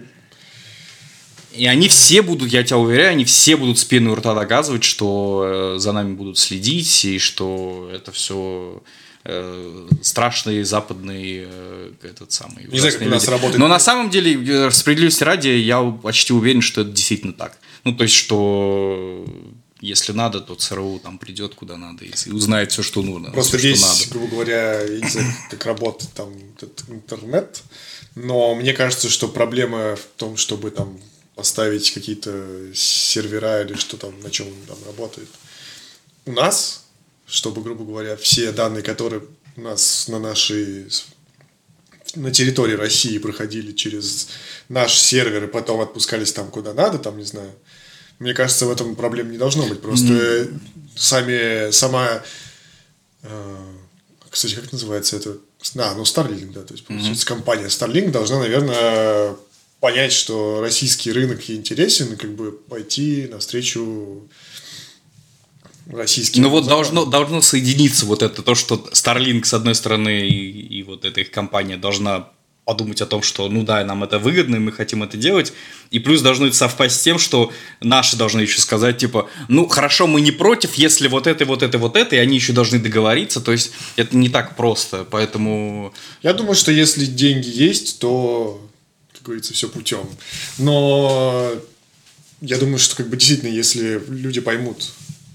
И они все будут, я тебя уверяю, они все будут с пеной у рта доказывать, что э, за нами будут следить, и что это все э, страшный западный э, этот самый... Не знаю, как у нас работает. Но на самом деле, справедливости ради, я почти уверен, что это действительно так. Ну, то есть, что... Если надо, то ЦРУ там придет куда надо и узнает все, что нужно. Просто все, здесь, что надо. грубо говоря, я не знаю, как работает там этот интернет, но мне кажется, что проблема в том, чтобы там поставить какие-то сервера или что там, на чем он там работает. У нас, чтобы, грубо говоря, все данные, которые у нас на нашей на территории России проходили через наш сервер и потом отпускались там куда надо, там, не знаю. Мне кажется, в этом проблем не должно быть. Просто mm. сами, сама... Э, кстати, как называется это? А, ну, Starlink, да. То есть, получается, mm-hmm. компания Starlink должна, наверное, понять, что российский рынок ей интересен, и как бы пойти навстречу российским... Ну, вот должно, должно соединиться вот это, то, что Starlink, с одной стороны, и, и вот эта их компания должна... подумать о том, что, ну да, нам это выгодно, и мы хотим это делать. И плюс должно это совпасть с тем, что наши должны еще сказать, типа, ну, хорошо, мы не против, если вот это, вот это, вот это, и они еще должны договориться. То есть, это не так просто, поэтому... Я думаю, что если деньги есть, то, как говорится, все путем. Но я думаю, что, как бы, действительно, если люди поймут,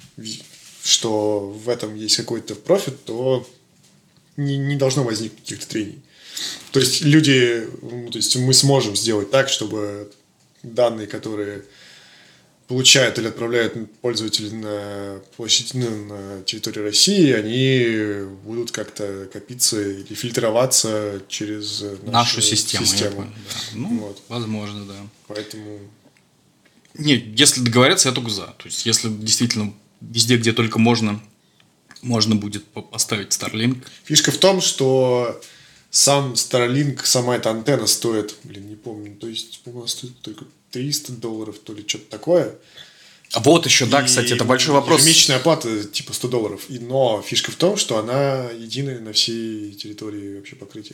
что в этом есть какой-то профит, то не, не должно возникнуть каких-то трений. То есть люди, ну, то есть мы сможем сделать так, чтобы данные, которые получают или отправляют пользователи на площадь, ну, на территории России, они будут как-то копиться или фильтроваться через нашу, нашу систему. систему. Понял, да. Ну, вот. Возможно, да. Поэтому... Нет, если договорятся, я только за. То есть, если действительно везде, где только можно, можно будет поставить Starlink. Фишка в том, что сам Starlink, сама эта антенна стоит, блин, не помню, то есть, по-моему, стоит только триста долларов, то ли что-то такое. А вот еще, да, и кстати, это большой вопрос. Ежемесячная оплата типа сто долларов. И, но фишка в том, что она единая на всей территории вообще покрытия.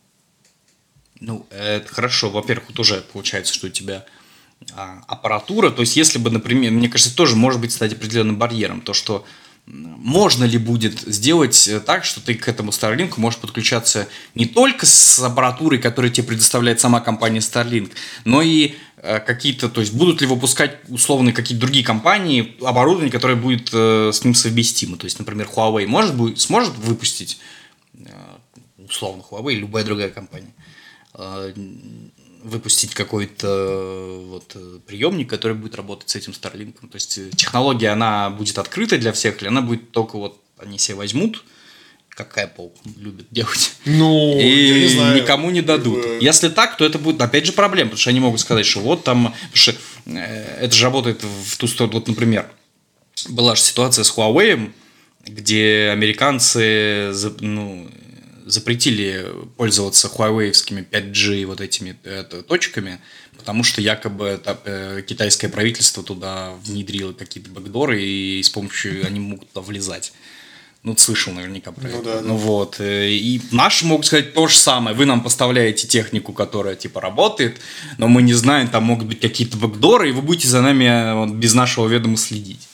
Ну, это хорошо. Во-первых, вот уже получается, что у тебя а, аппаратура. То есть, если бы, например, мне кажется, тоже может быть стать определенным барьером. То, что можно ли будет сделать так, что ты к этому Starlink можешь подключаться не только с аппаратурой, которую тебе предоставляет сама компания Starlink, но и э, какие-то, то есть будут ли выпускать условно какие-то другие компании оборудование, которое будет э, с ним совместимо. То есть, например, Huawei может, будет, сможет выпустить, э, условно, Huawei, любая другая компания, э, выпустить какой-то вот приемник, который будет работать с этим Starlink. То есть технология, она будет открыта для всех, или она будет только вот они себе возьмут, как Apple любит делать, ну, и я не знаю, никому не дадут. как бы... Если так, то это будет опять же проблема, потому что они могут сказать, что вот там, потому что это же работает в ту сторону. Вот, например, была же ситуация с Huawei, где американцы, ну, запретили пользоваться хуавеевскими пять джи вот этими это, точками, потому что якобы это, э, китайское правительство туда внедрило какие-то бэкдоры, и с помощью они могут туда влезать. Ну, ты слышал наверняка про ну, это. Да, ну да. вот. И наши могут сказать то же самое. Вы нам поставляете технику, которая типа работает, но мы не знаем, там могут быть какие-то бэкдоры, и вы будете за нами вот, без нашего ведома следить.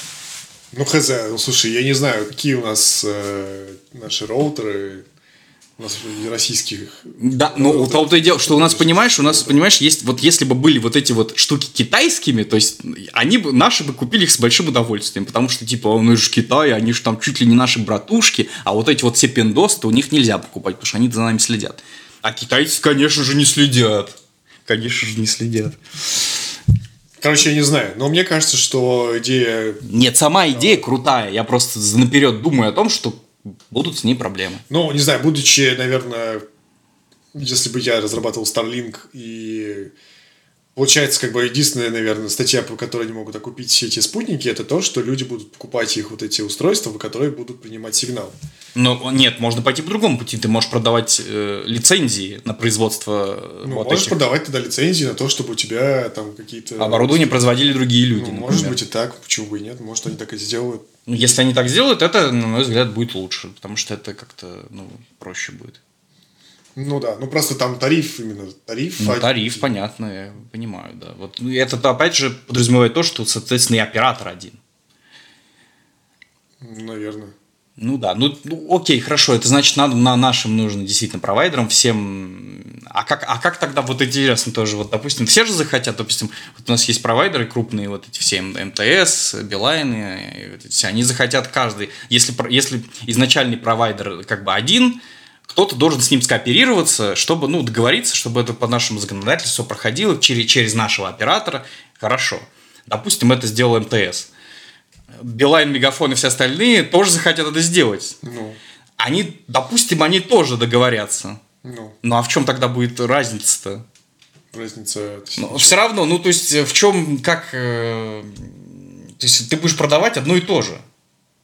Ну, хз, ну, слушай, я не знаю, какие у нас э, наши роутеры. У нас и российских. Да, ну, в том-то и дело, что у нас, понимаешь, у нас, понимаешь, есть, вот если бы были вот эти вот штуки китайскими, то есть, они бы, наши бы купили их с большим удовольствием, потому что, типа, ну, же Китай, они же там чуть ли не наши братушки, а вот эти вот все пиндосы, у них нельзя покупать, потому что они за нами следят. А китайцы, конечно же, не следят. Конечно же, не следят. Короче, я не знаю, но мне кажется, что идея... Нет, сама идея крутая, я просто наперед думаю о том, что будут с ней проблемы. Ну, не знаю, будучи, наверное, если бы я разрабатывал Starlink, и получается, как бы единственная, наверное, статья, по которой они могут окупить все эти спутники, это то, что люди будут покупать их вот эти устройства, которые будут принимать сигнал. Ну, нет, можно пойти по другому пути. Ты можешь продавать э, лицензии на производство. Ну, вот можешь этих... продавать тогда лицензии на то, чтобы у тебя там какие-то... Оборудование производили другие люди, Ну, например. может быть и так, почему бы и нет, может они так и сделают. Ну, если они так сделают, это, на мой взгляд, будет лучше, потому что это как-то, ну, проще будет. Ну да, ну просто там тариф именно, тариф. Ну, тариф, понятно, я понимаю, да. Вот ну, это, опять же, подразумевает то, что, соответственно, и оператор один. Наверное. Ну да, ну, ну окей, хорошо, это значит, надо на нашим нужно действительно провайдерам всем. А как, а как тогда вот интересно тоже, вот, допустим, все же захотят, допустим, вот у нас есть провайдеры крупные, вот эти все МТС, Билайны, вот эти все, они захотят каждый, если, если изначальный провайдер как бы один, кто-то должен с ним скооперироваться, чтобы, ну, договориться, чтобы это по нашему законодательству проходило через, через нашего оператора. Хорошо. Допустим, это сделал МТС. Билайн, Мегафон и все остальные тоже захотят это сделать. Ну. Они, допустим, они тоже договорятся. Ну. Ну, а в чем тогда будет разница-то? Разница... Ну, все равно, ну, то есть, в чем, как... Э, то есть, ты будешь продавать одно и то же.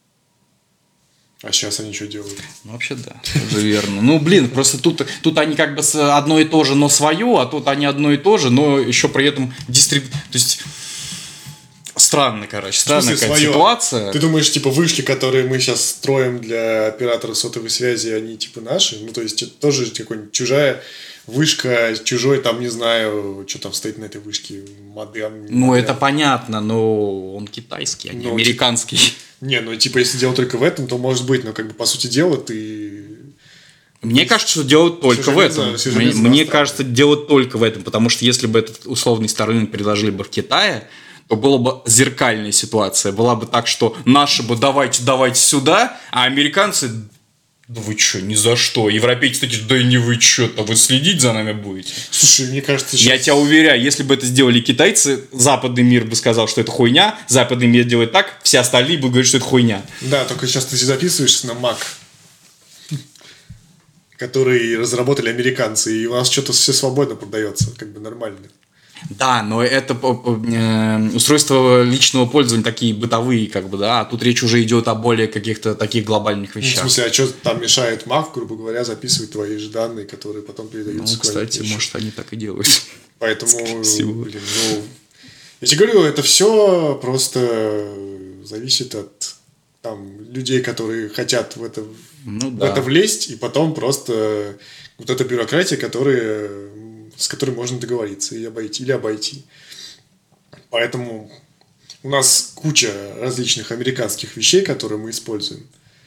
А сейчас они что делают? Ну, вообще, да, тоже верно. Ну, блин, просто тут, тут они как бы одно и то же, но свое, а тут они одно и то же, но еще при этом дистриб... То есть, странно, короче, странная какая-то ситуация. Ты думаешь, типа, вышки, которые мы сейчас строим для операторов сотовой связи, они, типа, наши? Ну, то есть, это тоже какая-нибудь чужая вышка, чужой, там, не знаю, что там стоит на этой вышке, модем. Ну, модем. Это понятно, но он китайский, а не ну, американский. Типа... Не, ну, типа, если дело только в этом, то может быть, но, как бы, по сути дела, ты... Мне кажется, что дело только в этом. Мне, мне кажется, дело только в этом, потому что если бы этот условный Starlink предложили бы в Китае, то была бы зеркальная ситуация. Была бы так, что наши бы давайте, давайте сюда, а американцы... Да вы что, ни за что. Европейцы такие, да не вы что-то, вы следить за нами будете. Слушай, мне кажется... Сейчас... Я тебя уверяю, если бы это сделали китайцы, западный мир бы сказал, что это хуйня, западный мир делает так, все остальные будут говорить, что это хуйня. Да, только сейчас ты записываешься на Mac, который разработали американцы, и у нас что-то все свободно продается, как бы нормально. Да, но это э, устройства личного пользования такие бытовые, как бы, да, а тут речь уже идет о более каких-то таких глобальных вещах. Ну, в смысле, а что там мешает Mac, грубо говоря, записывать твои же данные, которые потом передаются? Ну, кстати, может, они так и делают. Поэтому, блин, ну, я тебе говорю, это все просто зависит от там людей, которые хотят в это, ну, в да. это влезть, и потом просто вот эта бюрократия, которая... с которой можно договориться или обойти, или обойти. Поэтому у нас куча различных американских вещей, которые мы используем.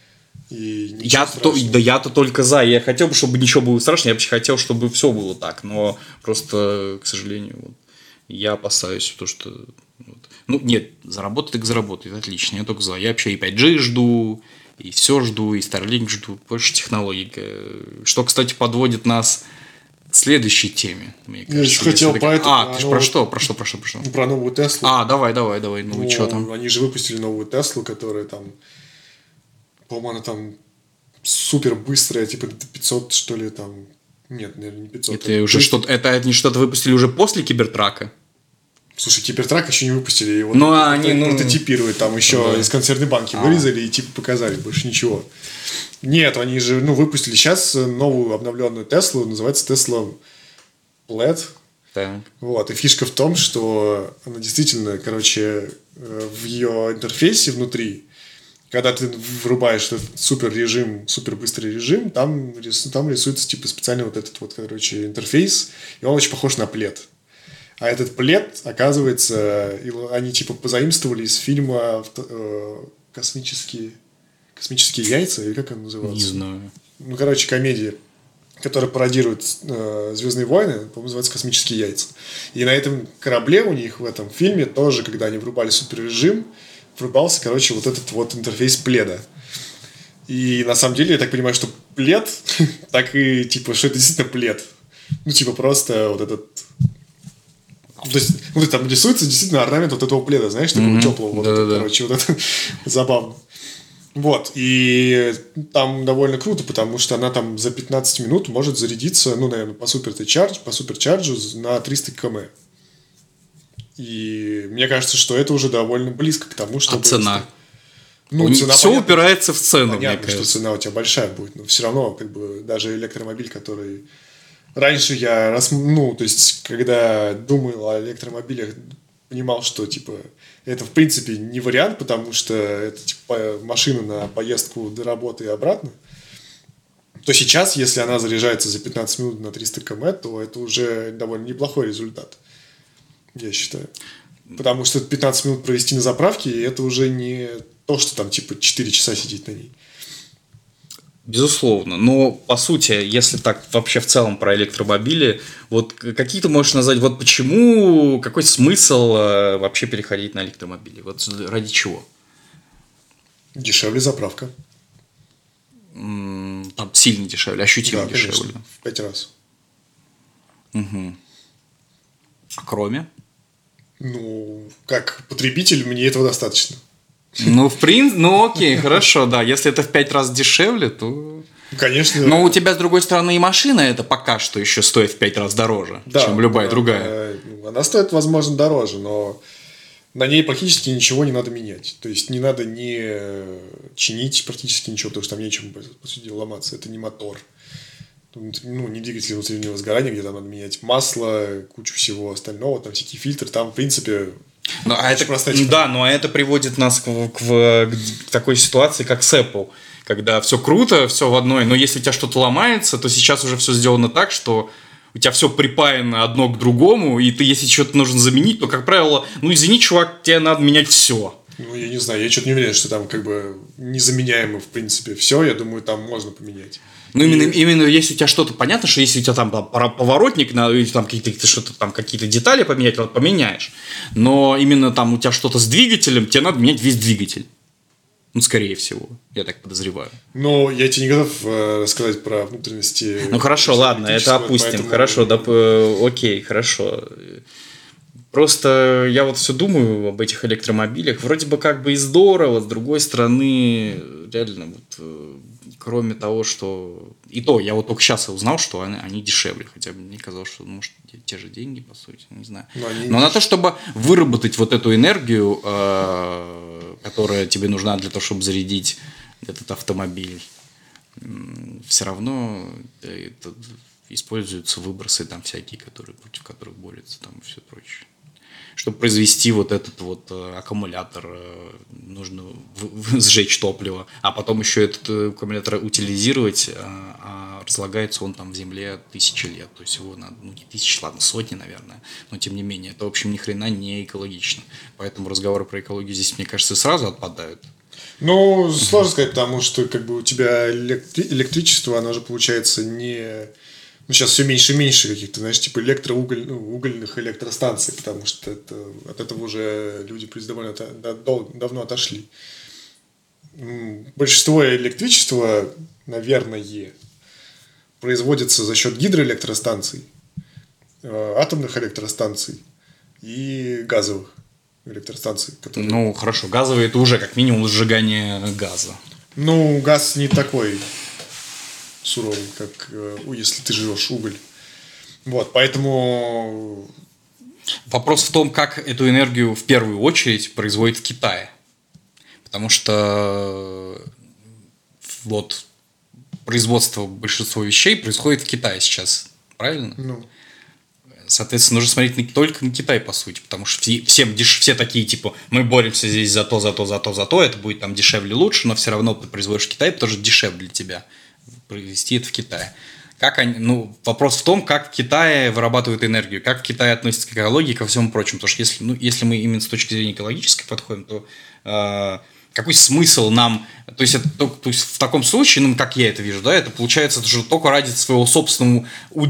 И я то, да я-то только за. Я хотел бы, чтобы ничего было страшного. Я бы хотел, чтобы все было так. Но просто, к сожалению, вот, я опасаюсь, то, что... Вот. Ну, нет, заработать так заработает. Отлично, я только за. Я вообще и пять джи жду, и все жду, и Starlink жду. Больше технологий. Что, кстати, подводит нас... к следующей теме, мне кажется. Я еще хотел про это. А, ты же про что? Про что, про что, про что? Про новую Теслу. А, давай, давай, давай. Ну, ну и что там? Они же выпустили новую Теслу, которая там, по-моему, она там супер быстрая, типа пятьсот, что ли, там. Нет, наверное, не пятьсот. Это, это уже что-то, это они что-то выпустили уже после Кибертрака? Слушай, Кибертрак еще не выпустили. Его ну, а они, ну... прототипируют. Там еще да. из консервной банки а. вырезали и типа показали. Больше ничего. Нет, они же, ну, выпустили сейчас новую обновленную Теслу. Называется Тесла Plaid. Так. Вот. И фишка в том, что она действительно, короче, в ее интерфейсе внутри, когда ты врубаешь этот супер режим, супер быстрый режим, там, там рисуется типа специально вот этот вот, короче, интерфейс. И он очень похож на плед. А этот плед, оказывается, они типа позаимствовали из фильма э, «Космические, космические яйца», или как он назывался? Не знаю. Ну, короче, комедия который пародирует э, «Звездные войны», по-моему, называется «Космические яйца». И на этом корабле у них в этом фильме тоже, когда они врубали суперрежим, врубался, короче, вот этот вот интерфейс пледа. И на самом деле, я так понимаю, что плед, так и, типа, что это действительно плед. Ну, типа, просто вот этот... То есть, ну, там рисуется действительно орнамент вот этого пледа, знаешь, такого mm-hmm. теплого. Вот это, короче, вот это забавно. Вот, и там довольно круто, потому что она там за пятнадцать минут может зарядиться, ну, наверное, по супер-чардж, по суперчарджу на триста километров. И мне кажется, что это уже довольно близко к тому, чтобы... А цена? Ну, у цена, все понятно, упирается в цену, понятно, мне кажется. что цена у тебя большая будет, но все равно, как бы, даже электромобиль, который... Раньше я, рас... ну, то есть, когда думал о электромобилях, понимал, что, типа, это, в принципе, не вариант, потому что это, типа, машина на поездку до работы и обратно. То сейчас, если она заряжается за пятнадцать минут на триста километров, то это уже довольно неплохой результат, я считаю. Потому что пятнадцать минут провести на заправке, это уже не то, что там, типа, четыре часа сидеть на ней. Безусловно. Но, по сути, если так вообще в целом про электромобили, вот какие ты можешь назвать, вот почему, какой смысл э, вообще переходить на электромобили? Вот ради чего? Дешевле заправка. М, Там сильно дешевле, ощутимо Да, дешевле. конечно, в пять раз. Угу. А кроме? Ну, как потребитель, мне этого достаточно. Ну, в принципе, ну окей, хорошо, да. Если это в пять раз дешевле, то... Конечно. Но у тебя, с другой стороны, и машина это пока что еще стоит в пять раз дороже, да, чем любая она, другая. Она стоит, возможно, дороже, но на ней практически ничего не надо менять. То есть не надо не чинить практически ничего, потому что там нечем, по сути дела, ломаться. Это не мотор. Ну, не двигатель внутреннего сгорания, где там надо менять масло, кучу всего остального, там всякие фильтры. Там, в принципе... Ну, а это, да, но это приводит нас к, к, к такой ситуации, как с Apple, когда все круто, все в одной, но если у тебя что-то ломается, то сейчас уже все сделано так, что у тебя все припаяно одно к другому, и ты, если что-то нужно заменить, то, как правило, ну, извини, чувак, тебе надо менять все. Ну, я не знаю, я что-то не уверен, что там как бы незаменяемо, в принципе, все, я думаю, там можно поменять. Ну, именно, и... именно если у тебя что-то, понятно, что если у тебя там, там поворотник, или там какие-то, что-то, там, какие-то детали поменять, то поменяешь. Но именно там у тебя что-то с двигателем, тебе надо менять весь двигатель. Ну, скорее всего, я так подозреваю. Ну, я тебе не готов э, рассказать про внутренности. Ну, хорошо, ладно, это опустим. Поэтому... Хорошо, да, окей, хорошо. Просто я вот все думаю об этих электромобилях. Вроде бы как бы и здорово, с другой стороны, реально, вот, кроме того, что... И то, я вот только сейчас узнал, что они, они дешевле. Хотя мне казалось, что, может, те же деньги, по сути, не знаю. Но, Но на то, чтобы выработать вот эту энергию, э, которая тебе нужна для того, чтобы зарядить этот автомобиль, э, все равно это, используются выбросы там всякие, которые, против которых борются там и все прочее. Чтобы произвести вот этот вот э, аккумулятор, э, нужно в- в- сжечь топливо, а потом еще этот э, аккумулятор утилизировать, э, а разлагается он там в земле тысячи лет. То есть его надо, ну не тысячи, ладно, сотни, наверное, но тем не менее, это, в общем, ни хрена не экологично. Поэтому разговоры про экологию здесь, мне кажется, сразу отпадают. Ну, сложно сказать, потому что как бы у тебя электри- электричество, оно же получается не... Ну, сейчас все меньше и меньше каких-то, знаешь, типа электроугольных электростанций, потому что это, от этого уже люди довольно давно отошли. Большинство электричества, наверное, производится за счет гидроэлектростанций, атомных электростанций и газовых электростанций. Которые... Ну, хорошо, газовые – это уже как минимум сжигание газа. Ну, газ не такой... суровый, как э, если ты жжешь уголь. Вот, поэтому... Вопрос в том, как эту энергию в первую очередь производит в Китае. Потому что вот производство большинства вещей происходит в Китае сейчас. Правильно? Ну. Соответственно, нужно смотреть не только на Китай, по сути, потому что все, всем деш... все такие, типа, мы боремся здесь за то, за то, за то, за то, это будет там дешевле, лучше, но все равно ты производишь в Китае, потому что дешевле для тебя произвести это в Китае. Как они, ну, вопрос в том, как в Китае вырабатывают энергию, как в Китае относятся к экологии и ко всему прочему. Потому что если, ну, если мы именно с точки зрения экологической подходим, то э, какой смысл нам, то есть, это, то есть в таком случае, ну, как я это вижу, да, это получается же только ради своего собственного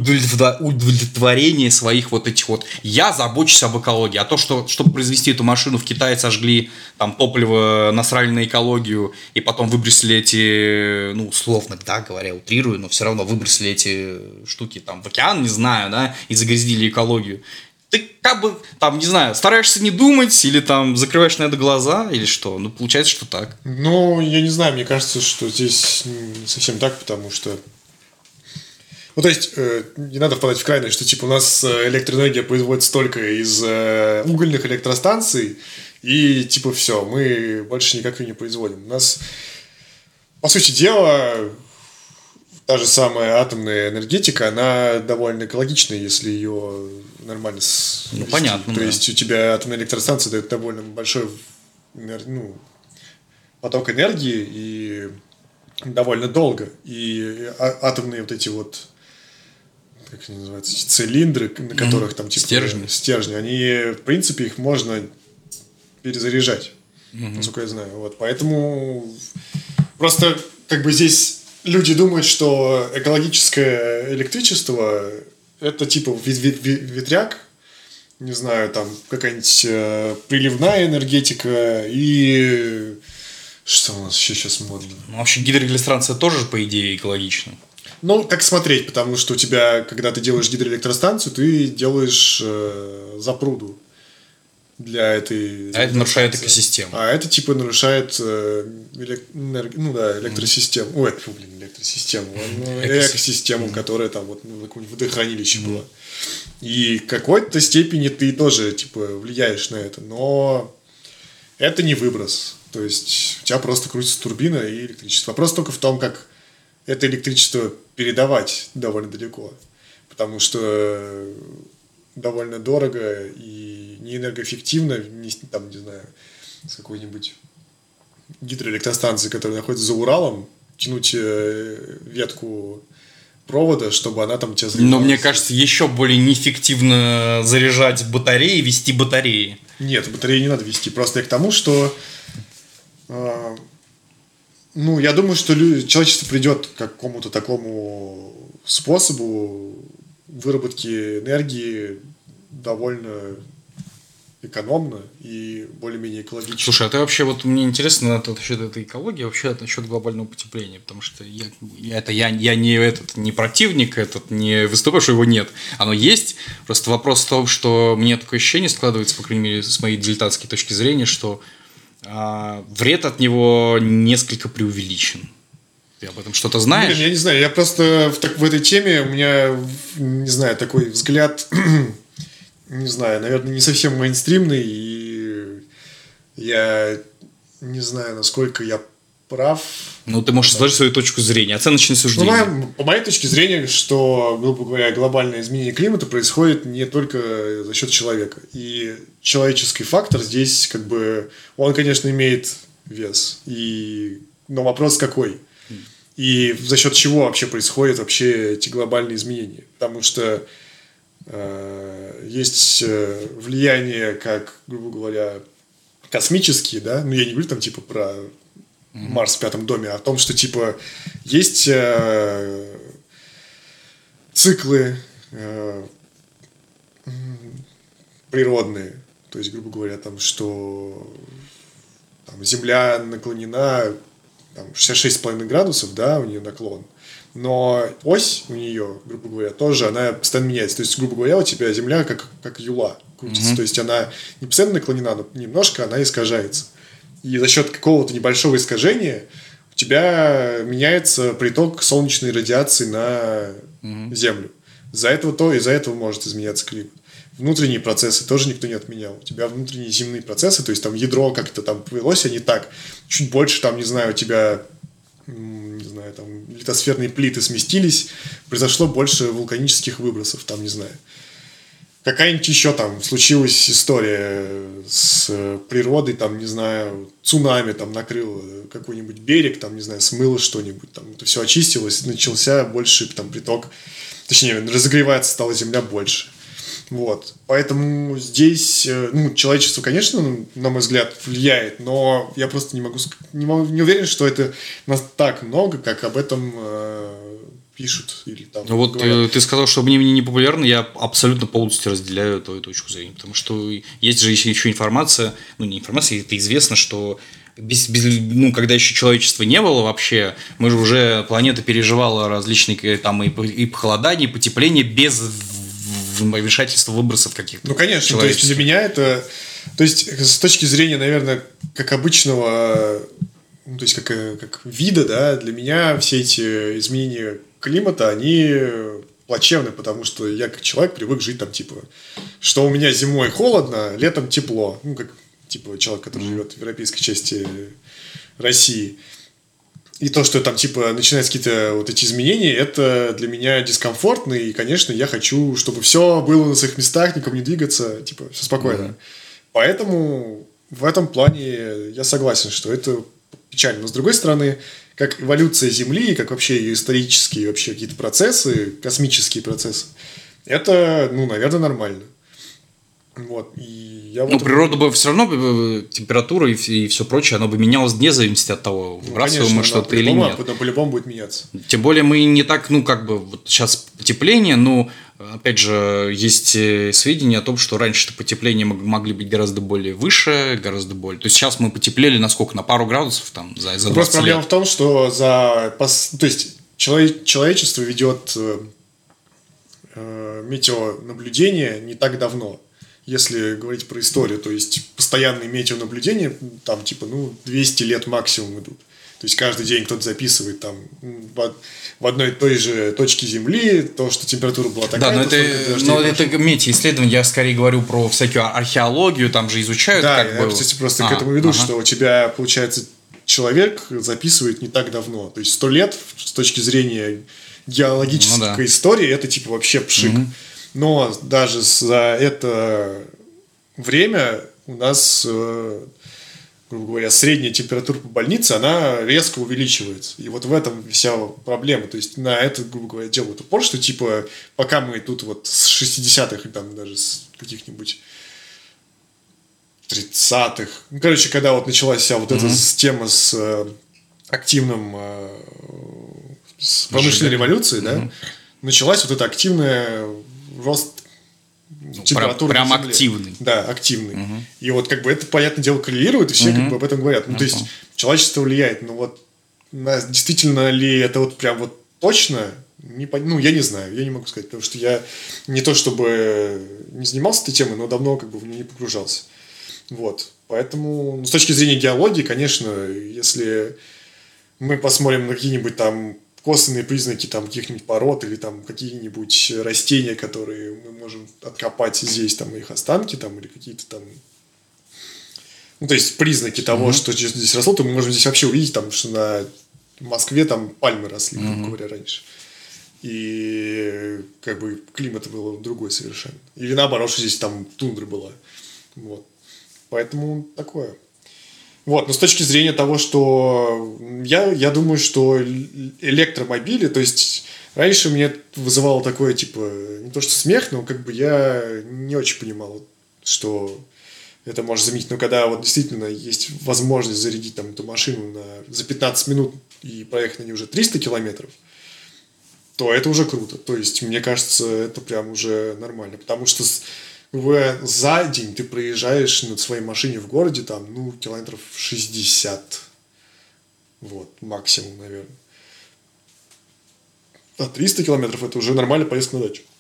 удовлетворения своих вот этих вот, я забочусь об экологии, а то, что, чтобы произвести эту машину, в Китае сожгли там топливо, насрали на экологию, и потом выбросили эти, ну, условно, да, говоря, утрирую, но все равно выбросили эти штуки там в океан, не знаю, да, и загрязнили экологию. Ты как бы, там, не знаю, стараешься не думать, или там закрываешь на это глаза, или что? Ну, получается, что так. Ну, я не знаю, мне кажется, что здесь не совсем так, потому что... Ну, то есть, э, не надо впадать в крайность, что, типа, у нас электроэнергия производится только из э, угольных электростанций, и, типа, все, мы больше никак ее не производим. У нас, по сути дела... Та же самая атомная энергетика, она довольно экологичная, если ее нормально свести. Ну, понятно, То да. есть у тебя атомная электростанция дает довольно большой ну, поток энергии и довольно долго. И атомные вот эти вот, как они называются, цилиндры, на которых там типа стержни. стержни, они, в принципе, их можно перезаряжать, Mm-hmm. насколько я знаю. Вот, поэтому просто как бы здесь люди думают, что экологическое электричество это типа ветряк, не знаю, там какая-нибудь э, приливная энергетика и что у нас еще сейчас модно. Ну, вообще гидроэлектростанция тоже, по идее, экологична. Ну, как смотреть, потому что у тебя, когда ты делаешь гидроэлектростанцию, ты делаешь э, запруду для этой... А это нарушает экосистему. А это типа нарушает э, элек... энерг... ну, да, электросистему. Ой, фу, блин, электросистему. Ну, экосистему, mm-hmm. которая там вот на каком-нибудь водохранилище mm-hmm. была. И в какой-то степени ты тоже типа влияешь на это, но это не выброс. То есть у тебя просто крутится турбина и электричество. Вопрос только в том, как это электричество передавать довольно далеко. Потому что довольно дорого и не энергоэффективно, не, там, не знаю, с какой-нибудь гидроэлектростанции, которая находится за Уралом, тянуть э, ветку провода, чтобы она там тебя заряжалась. Но мне кажется, еще более неэффективно заряжать батареи, вести батареи. Нет, батареи не надо вести. Просто я к тому, что э, ну, я думаю, что лю- человечество придет к какому-то такому способу выработки энергии довольно экономно и более-менее экологично. Слушай, а ты вообще, вот мне интересно насчет этой экологии, вообще насчет глобального потепления, потому что я, я, это, я, я не, этот, не противник, этот, не выступаю, что его нет. Оно есть, просто вопрос в том, что мне такое ощущение складывается, по крайней мере, с моей дилетантской точки зрения, что а, вред от него несколько преувеличен. Ты об этом что-то знаешь? Блин, я не знаю, я просто в, так, в этой теме, у меня, не знаю, такой взгляд, не знаю, наверное, не совсем мейнстримный, и я не знаю, насколько я прав. Ну, ты можешь изложить свою точку зрения, оценочное суждение. Ну, по моей точке зрения, что, грубо говоря, глобальное изменение климата происходит не только за счет человека. И человеческий фактор здесь, как бы, он, конечно, имеет вес. И... Но вопрос какой? И за счет чего вообще происходят вообще эти глобальные изменения? Потому что э, есть влияние, как, грубо говоря, космические, да, ну я не говорю там типа про Марс в пятом доме, а о том, что типа есть э, циклы э, природные, то есть, грубо говоря, там, что там, Земля наклонена там, шестьдесят шесть с половиной градусов, да, у нее наклон, но ось у нее, грубо говоря, тоже, она постоянно меняется. То есть, грубо говоря, у тебя Земля как, как юла крутится. Mm-hmm. То есть, она не постоянно наклонена, но немножко она искажается. И за счет какого-то небольшого искажения у тебя меняется приток солнечной радиации на mm-hmm. Землю. Из-за этого, то, из-за этого может изменяться климат. Внутренние процессы тоже никто не отменял. У тебя внутренние земные процессы, то есть там ядро как-то там повелось, а не так. Чуть больше там, не знаю, у тебя, не знаю, там литосферные плиты сместились, произошло больше вулканических выбросов, там, не знаю. Какая-нибудь еще там случилась история с природой, там, не знаю, цунами там накрыло какой-нибудь берег, там, не знаю, смыло что-нибудь, там, это все очистилось, начался больше там приток, точнее, разогреваться стала земля больше. Вот. Поэтому здесь, ну, человечество, конечно, на мой взгляд, влияет, но я просто не могу, не, могу, не уверен, что это нас так много, как об этом э, пишут или там вот говорят. Ты сказал, что мнение не популярно, я абсолютно полностью разделяю твою точку зрения, потому что есть же еще, еще информация, ну не информация, это известно, что без, без, ну, когда еще человечества не было вообще, мы же уже, планета переживала различные там и, и похолодания, и потепления без вмешательства выбросов каких-то. Ну, конечно, то есть для меня это, то есть с точки зрения, наверное, как обычного, ну, то есть как, как вида, да, для меня все эти изменения климата, они плачевны, потому что я как человек привык жить там, типа, что у меня зимой холодно, летом тепло, ну, как типа человек, который живет в европейской части России. И то, что там, типа, начинаются какие-то вот эти изменения, это для меня дискомфортно, и, конечно, я хочу, чтобы все было на своих местах, никому не двигаться, типа, все спокойно. Mm-hmm. Поэтому в этом плане я согласен, что это печально. Но, с другой стороны, как эволюция Земли, как вообще ее исторические вообще какие-то процессы, космические процессы, это, ну, наверное, нормально. Вот. И я ну, вот природа бы все равно, температура и, и все прочее, оно бы менялось вне зависимости от того, выбрасываем ну, мы что-то или нет. Но по-любому будет меняться. Тем более мы не так, ну, как бы, вот сейчас потепление, но, опять же, есть сведения о том, что раньше-то потепления могли быть гораздо более выше, гораздо более... То есть сейчас мы потеплели на сколько? На пару градусов там за, за двадцать Просто проблема лет. в том, что за... То есть человек, человечество ведет э, метеонаблюдение не так давно. Если говорить про историю, то есть постоянные метеонаблюдения, там типа, ну, двести лет максимум идут. То есть каждый день кто-то записывает там в, в одной и той же точке Земли то, что температура была такая. Да, но это, но это метеоисследование, я скорее говорю про всякую археологию, там же изучают. Да, как я, бы... кстати, просто а, к этому веду, ага. что у тебя, получается, человек записывает не так давно. То есть сто лет с точки зрения геологической ну, да. истории это типа вообще пшик. Угу. Но даже за это время у нас, грубо говоря, средняя температура по больнице, она резко увеличивается. И вот в этом вся проблема. То есть на это, грубо говоря, делают упор, что типа пока мы тут вот с шестидесятых, там даже с каких-нибудь тридцатых, ну, короче, когда вот началась вся вот mm-hmm. эта тема с активным с промышленной революцией, mm-hmm. да, началась вот эта активная рост ну, температуры прям, прям активный. Да, активный. Угу. И вот как бы это, понятное дело, коррелирует, и все угу. как бы об этом говорят. Ну, uh-huh. то есть человечество влияет, но вот на, действительно ли это вот прям вот точно, не, ну, я не знаю, я не могу сказать, потому что я не то чтобы не занимался этой темой, но давно как бы в нее не погружался. Вот. Поэтому, ну, с точки зрения геологии, конечно, если мы посмотрим на какие-нибудь там косвенные признаки там каких-нибудь пород или там какие-нибудь растения, которые мы можем откопать здесь, там их останки там или какие-то там, ну то есть признаки mm-hmm. того, что здесь росло, то мы можем здесь вообще увидеть там, что на Москве там пальмы росли, грубо mm-hmm. говоря, раньше. И как бы климат был другой совершенно. Или наоборот, что здесь там тундра была. Вот. Поэтому такое. Вот, но с точки зрения того, что я, я думаю, что электромобили, то есть раньше мне вызывало такое, типа, не то что смех, но как бы я не очень понимал, что это может заменить. Но когда вот действительно есть возможность зарядить там эту машину на, за пятнадцать минут и проехать на ней уже триста километров, то это уже круто. То есть, мне кажется, это прям уже нормально. Потому что в, за день ты проезжаешь на своей машине в городе там, ну, километров шестьдесят. Вот, максимум, наверное. А триста километров это уже нормальная поездка на дачу.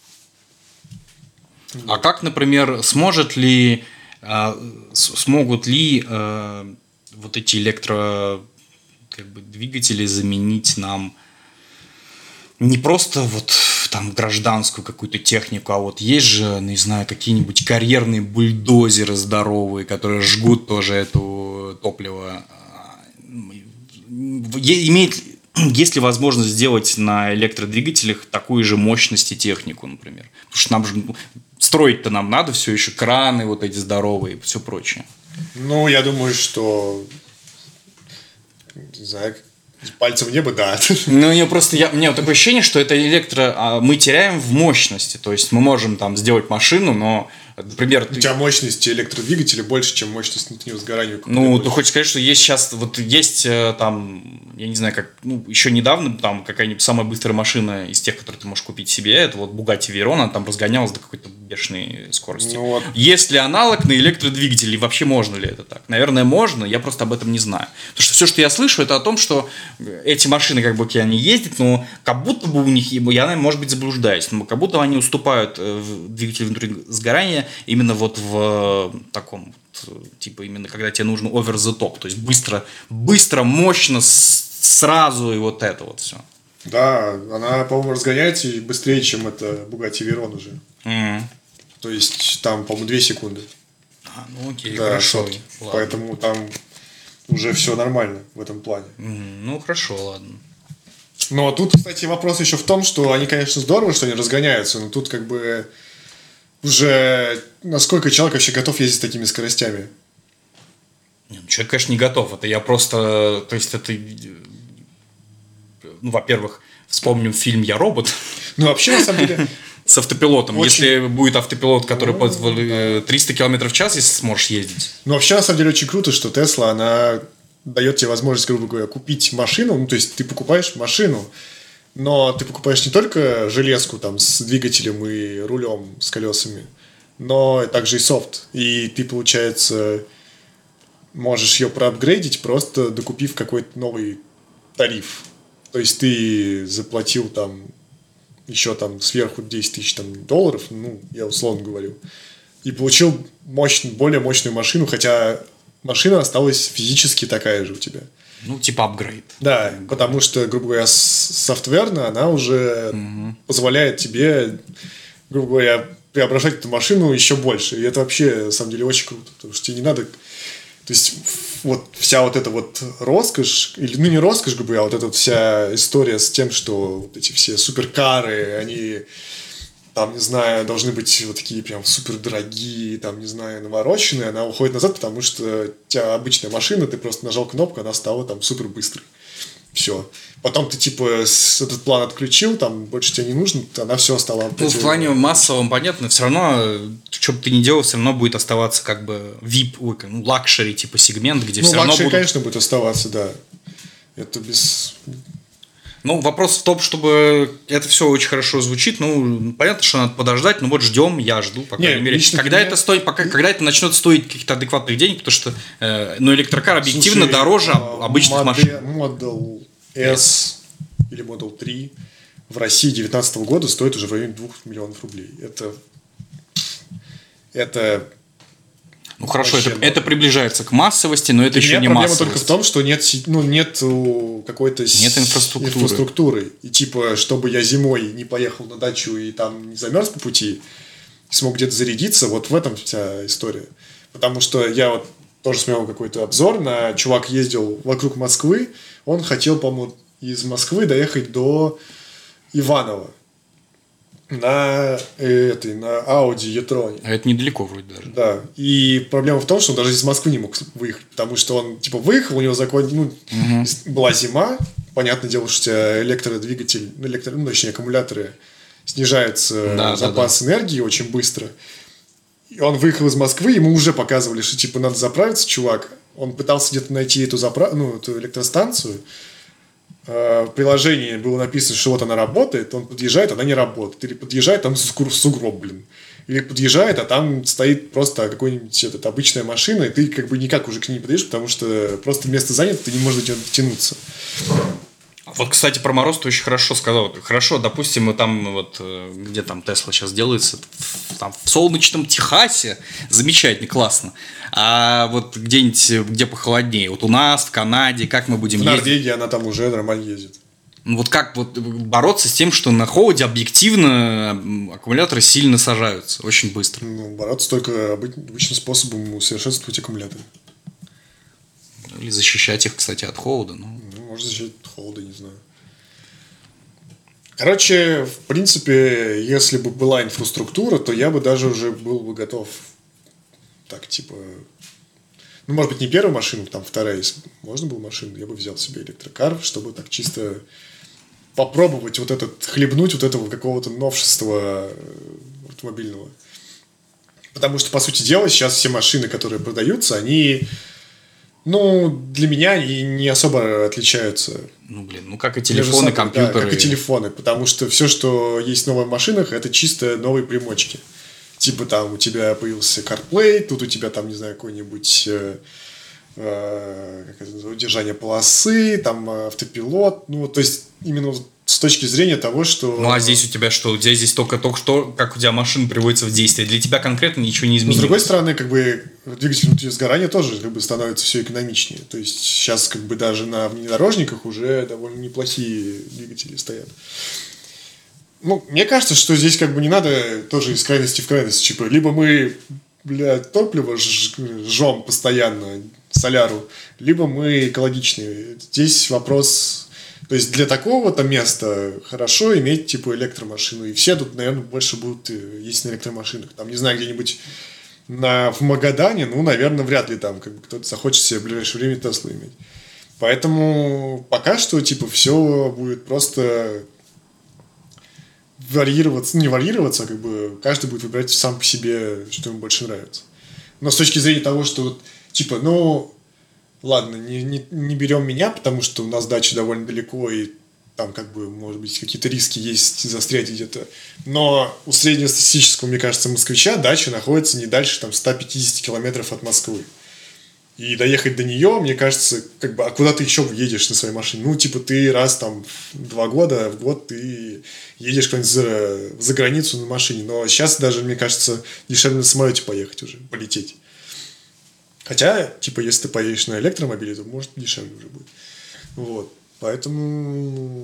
А вот. Как, например, сможет ли, э, смогут ли э, вот эти электро как бы, двигатели заменить нам не просто вот там гражданскую какую-то технику, а вот есть же, не знаю, какие-нибудь карьерные бульдозеры здоровые, которые жгут тоже это топливо. Имеет, есть ли возможность сделать на электродвигателях такую же мощность и технику, например? Потому что нам же строить-то нам надо все еще краны вот эти здоровые и все прочее. Ну, я думаю, что не знаю, Пальцем в небо, да. Ну, мне просто, я, у меня вот такое ощущение, что это электро... А мы теряем в мощности. То есть мы можем там сделать машину, но, например... У тебя мощность электродвигателя больше, чем мощность внутреннего сгорания. Ну, ты хочешь сказать, что есть сейчас... Вот есть там, я не знаю, как... Ну, еще недавно там какая-нибудь самая быстрая машина из тех, которые ты можешь купить себе, это вот Bugatti Veyron, она там разгонялась до какой-то бешеной скорости. Ну, вот. Есть ли аналог на электродвигателе? И вообще можно ли это так? Наверное, можно, я просто об этом не знаю. Потому что все, что я слышу, это о том, что эти машины, как бы, они ездят, но как будто бы у них, я, наверное, может быть, заблуждаюсь, но как будто они уступают в двигателю внутреннего сгорания именно вот в таком, типа, именно когда тебе нужно over the top, то есть быстро, быстро, мощно, сразу и вот это вот все. Да, она, по-моему, разгоняется быстрее, чем это Bugatti Veyron уже. Mm. То есть там, по-моему, две секунды. А, ну окей, да, хорошо. Поэтому там уже все нормально в этом плане. Mm, ну хорошо, ладно. Но тут, кстати, вопрос еще в том, что они, конечно, здорово, что они разгоняются, но тут как бы уже насколько человек вообще готов ездить с такими скоростями? Нет, ну, человек, конечно, не готов. Это я просто... То есть это... Ну, во-первых, вспомним фильм «Я робот». Ну, вообще, на самом деле... С автопилотом. Очень... Если будет автопилот, который под триста километров в час, если сможешь ездить. Ну, вообще, на самом деле, очень круто, что Тесла, она дает тебе возможность, грубо говоря, купить машину. Ну, то есть, ты покупаешь машину, но ты покупаешь не только железку там с двигателем и рулем с колесами, но также и софт. И ты, получается, можешь ее проапгрейдить, просто докупив какой-то новый тариф. То есть, ты заплатил там еще там сверху десять тысяч там, долларов, ну, я условно говорю, и получил мощную, более мощную машину, хотя машина осталась физически такая же у тебя. Ну, типа апгрейд. Да, потому что, грубо говоря, софтверно она уже угу. позволяет тебе, грубо говоря, преображать эту машину еще больше. И это вообще, на самом деле, очень круто, потому что тебе не надо... То есть, вот вся вот эта вот роскошь, или, ну, не роскошь, грубо говоря, а вот эта вот вся история с тем, что вот эти все суперкары, они, там, не знаю, должны быть вот такие прям супердорогие, там, не знаю, навороченные, она уходит назад, потому что у тебя обычная машина, ты просто нажал кнопку, она стала там супер быстрой. Все. Потом ты, типа, этот план отключил, там, больше тебе не нужно, она все стала... Ну, в плане массовом, понятно, все равно, что бы ты ни делал, все равно будет оставаться, как бы, ви ай пи, ну, лакшери, типа, сегмент, где ну, все равно будут... будут... конечно, будет оставаться, да. Это без... Ну, вопрос в том, чтобы это все очень хорошо звучит. Ну, понятно, что надо подождать, но вот ждем, я жду, по крайней мере. Когда меня... это стоит, пока, когда это начнет стоить каких-то адекватных денег, потому что, э, ну, электрокар объективно Слушай, дороже а, обычных машин. Model S или Model три в России две тысячи девятнадцатого года стоит уже в районе двух миллионов рублей. Это... Это... Ну хорошо, это, это приближается к массовости, но это еще не массовость. Проблема только в том, что нет, ну, нет какой-то нет инфраструктуры. инфраструктуры. И типа, чтобы я зимой не поехал на дачу и там не замерз по пути, смог где-то зарядиться, вот в этом вся история. Потому что я вот тоже смотрел какой-то обзор, на чувак ездил вокруг Москвы, он хотел, по-моему, из Москвы доехать до Иваново. На этой, на Audi e-tron. А это недалеко вроде даже. Да. И проблема в том, что он даже из Москвы не мог выехать, потому что он, типа, выехал, у него закон... ну, угу. была зима, понятное дело, что у тебя электродвигатель, ну, электро... ну, точнее, аккумуляторы снижаются да, запас да, да. энергии очень быстро. И он выехал из Москвы, ему уже показывали, что, типа, надо заправиться, чувак. Он пытался где-то найти эту, запра... ну, эту электростанцию. В приложении было написано, что вот она работает, он подъезжает, она не работает. Или подъезжает, там сугроб, блин. Или подъезжает, а там стоит просто какой-нибудь этот, обычная машина, и ты как бы никак уже к ней не подъедешь, потому что просто место занято, ты не можешь до нее дотянуться. Вот, кстати, про мороз ты очень хорошо сказал. Хорошо, допустим, мы там, вот, где там Тесла сейчас делается, там, в солнечном Техасе, замечательно, классно. А вот где-нибудь, где похолоднее, вот у нас, в Канаде, как мы будем в ездить? В Норвегии она там уже нормально ездит. Ну, вот как вот бороться с тем, что на холоде объективно аккумуляторы сильно сажаются очень быстро? Ну, бороться только обычным способом усовершенствовать аккумуляторы. Или защищать их, кстати, от холода. Ну, ну может, защищать от холода, не знаю. Короче, в принципе, если бы была инфраструктура, то я бы даже уже был бы готов так, типа... Ну, может быть, не первая машина, там вторая, если можно было машину, я бы взял себе электрокар, чтобы так чисто попробовать вот этот, хлебнуть вот этого какого-то новшества автомобильного. Потому что, по сути дела, сейчас все машины, которые продаются, они, ну, для меня они не особо отличаются. Ну, блин, ну как и телефоны, собой, компьютеры. Да, как и телефоны, потому что все, что есть в новых машинах, это чисто новые примочки. Типа там у тебя появился CarPlay, тут у тебя там, не знаю, какой-нибудь э, э, как это называется, удержание полосы, там автопилот. Ну, то есть именно с точки зрения того, что... Ну, а здесь у тебя что? У тебя здесь только, только что, как у тебя машина приводится в действие. Для тебя конкретно ничего не изменилось. Но, с другой стороны, как бы двигатель внутреннего сгорания тоже как бы становится все экономичнее. То есть сейчас как бы даже на внедорожниках уже довольно неплохие двигатели стоят. Ну, мне кажется, что здесь как бы не надо тоже из крайности в крайность. Типа, либо мы, бля, топливо жжем постоянно, соляру, либо мы экологичные. Здесь вопрос... То есть для такого-то места хорошо иметь типа электромашину. И все тут, наверное, больше будут ездить на электромашинах. Там, не знаю, где-нибудь на, в Магадане, ну, наверное, вряд ли там как бы кто-то захочет себе в ближайшее время Теслу иметь. Поэтому пока что, типа, все будет просто варьироваться, ну, не варьироваться, а как бы каждый будет выбирать сам по себе, что ему больше нравится. Но с точки зрения того, что вот, типа, ну... Ладно, не, не, не берем меня, потому что у нас дача довольно далеко, и там, как бы, может быть, какие-то риски есть застрять где-то. Но у среднестатистического, мне кажется, москвича дача находится не дальше там, сто пятьдесят километров от Москвы. И доехать до нее, мне кажется, как бы, а куда ты еще едешь на своей машине? Ну, типа, ты раз там в два года, в год ты едешь куда-нибудь за, за границу на машине. Но сейчас даже, мне кажется, дешевле на самолете поехать уже, полететь. Хотя, типа, если ты поедешь на электромобиле, то, может, дешевле уже будет. Вот. Поэтому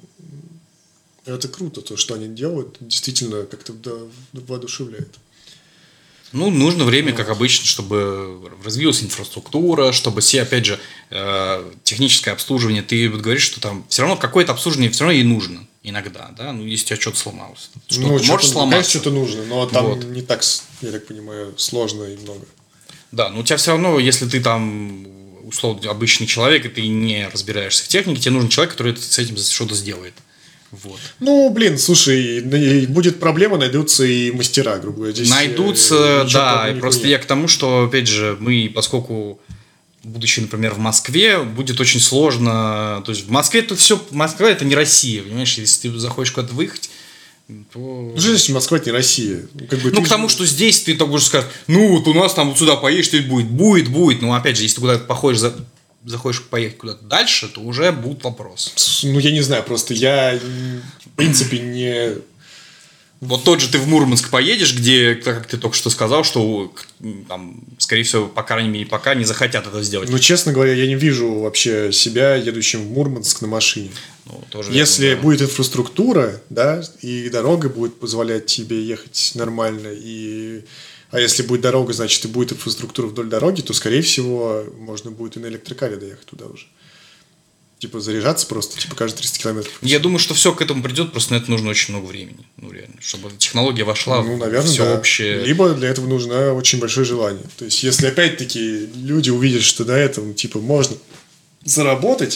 это круто, то, что они делают. Действительно, как-то воодушевляет. Ну, нужно время, как обычно, чтобы развилась инфраструктура, чтобы все, опять же, техническое обслуживание. Ты вот говоришь, что там все равно какое-то обслуживание все равно ей нужно иногда, да? Ну, если у тебя что-то сломалось. Что-то ну, можешь что-то, сломаться. конечно, что-то нужно, но там вот. не так, я так понимаю, сложно и много. Да, но у тебя все равно, если ты там, условно, обычный человек, и ты не разбираешься в технике, тебе нужен человек, который с этим что-то сделает. Вот. Ну, блин, слушай, будет проблема, найдутся и мастера, грубо говоря. Здесь найдутся, да, и просто нет. Я к тому, что, опять же, мы, поскольку, будучи, например, в Москве, будет очень сложно, то есть в Москве это все, Москва это не Россия, понимаешь, если ты захочешь куда-то выехать, то... Ну, что значит Москва это не Россия? Как бы ну, ты... к тому, что здесь ты только уже скажешь, ну, вот у нас там вот сюда поедешь, то будет, будет, будет, но, опять же, если ты куда-то походишь за... захочешь поехать куда-то дальше, то уже будут вопросы. Ну, я не знаю, просто я, в принципе, не... Вот тот же ты в Мурманск поедешь, где, как ты только что сказал, что там, скорее всего, по крайней мере, пока не захотят это сделать. Ну, честно говоря, я не вижу вообще себя едущим в Мурманск на машине. Ну, тоже Если верно, да. будет инфраструктура, да, и дорога будет позволять тебе ехать нормально, и... а если будет дорога, значит, и будет инфраструктура вдоль дороги, то, скорее всего, можно будет и на электрокаре доехать туда уже. Типа заряжаться просто, типа каждые триста километров. Я думаю, что все к этому придет, просто на это нужно очень много времени. Ну, реально, чтобы технология вошла ну, наверное, в все да. общее. Либо для этого нужно очень большое желание. То есть, если опять-таки люди увидят, что до этого, типа, можно заработать,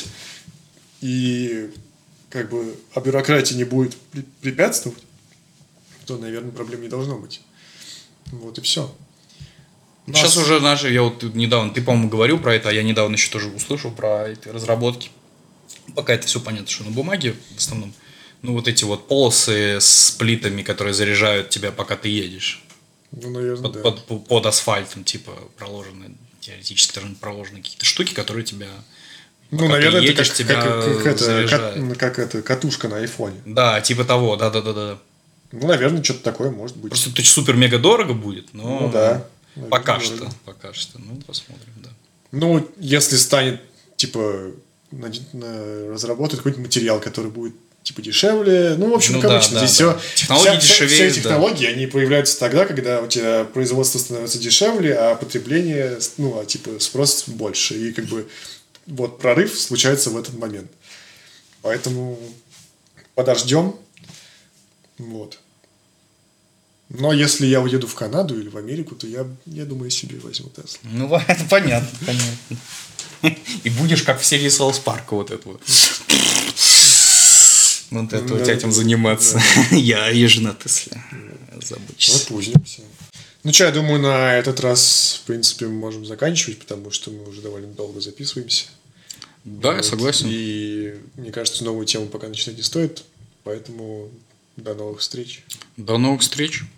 и как бы а бюрократия не будет препятствовать, то, наверное, проблем не должно быть. Вот и все. Нас... Сейчас уже наши, я вот недавно, ты, по-моему, говорил про это, а я недавно еще тоже услышал про эти разработки. Пока это все понятно, что на бумаге в основном. Ну, вот эти вот полосы с плитами, которые заряжают тебя, пока ты едешь. Ну, наверное, под, да. под, под, под асфальтом, типа, проложены, теоретически должны проложены какие-то штуки, которые тебя... Ну, наверное, ты едешь, это как, тебя как, как, это, как, как это, катушка на айфоне. Да, типа того, да-да-да-да. Ну, наверное, что-то такое может быть. Просто это супер-мега дорого будет, но... Ну, да. Наверное, пока что, дорого. пока что. Ну, посмотрим, да. Ну, если станет, типа, на, на, разработать какой-нибудь материал, который будет, типа, дешевле. Ну, в общем, ну, как да, обычно. да, Здесь да. все... Технологии вся, дешевее, все технологии, да. Они появляются тогда, когда у тебя производство становится дешевле, а потребление, ну, а, типа, спрос больше. И, как бы, вот прорыв случается в этот момент. Поэтому подождем. Вот. Но если я уеду в Канаду или в Америку, то я, я думаю, себе возьму Теслу. Ну, это понятно, понятно. И будешь как в серии Саус Парка вот это вот. Вот это вот этим заниматься. Я езжу на Тесле. Забудь. Запузнимся. Ну что, я думаю, на этот раз, в принципе, мы можем заканчивать, потому что мы уже довольно долго записываемся. Да, вот. Я согласен. И мне кажется, новую тему пока начинать не стоит. Поэтому до новых встреч. До новых встреч.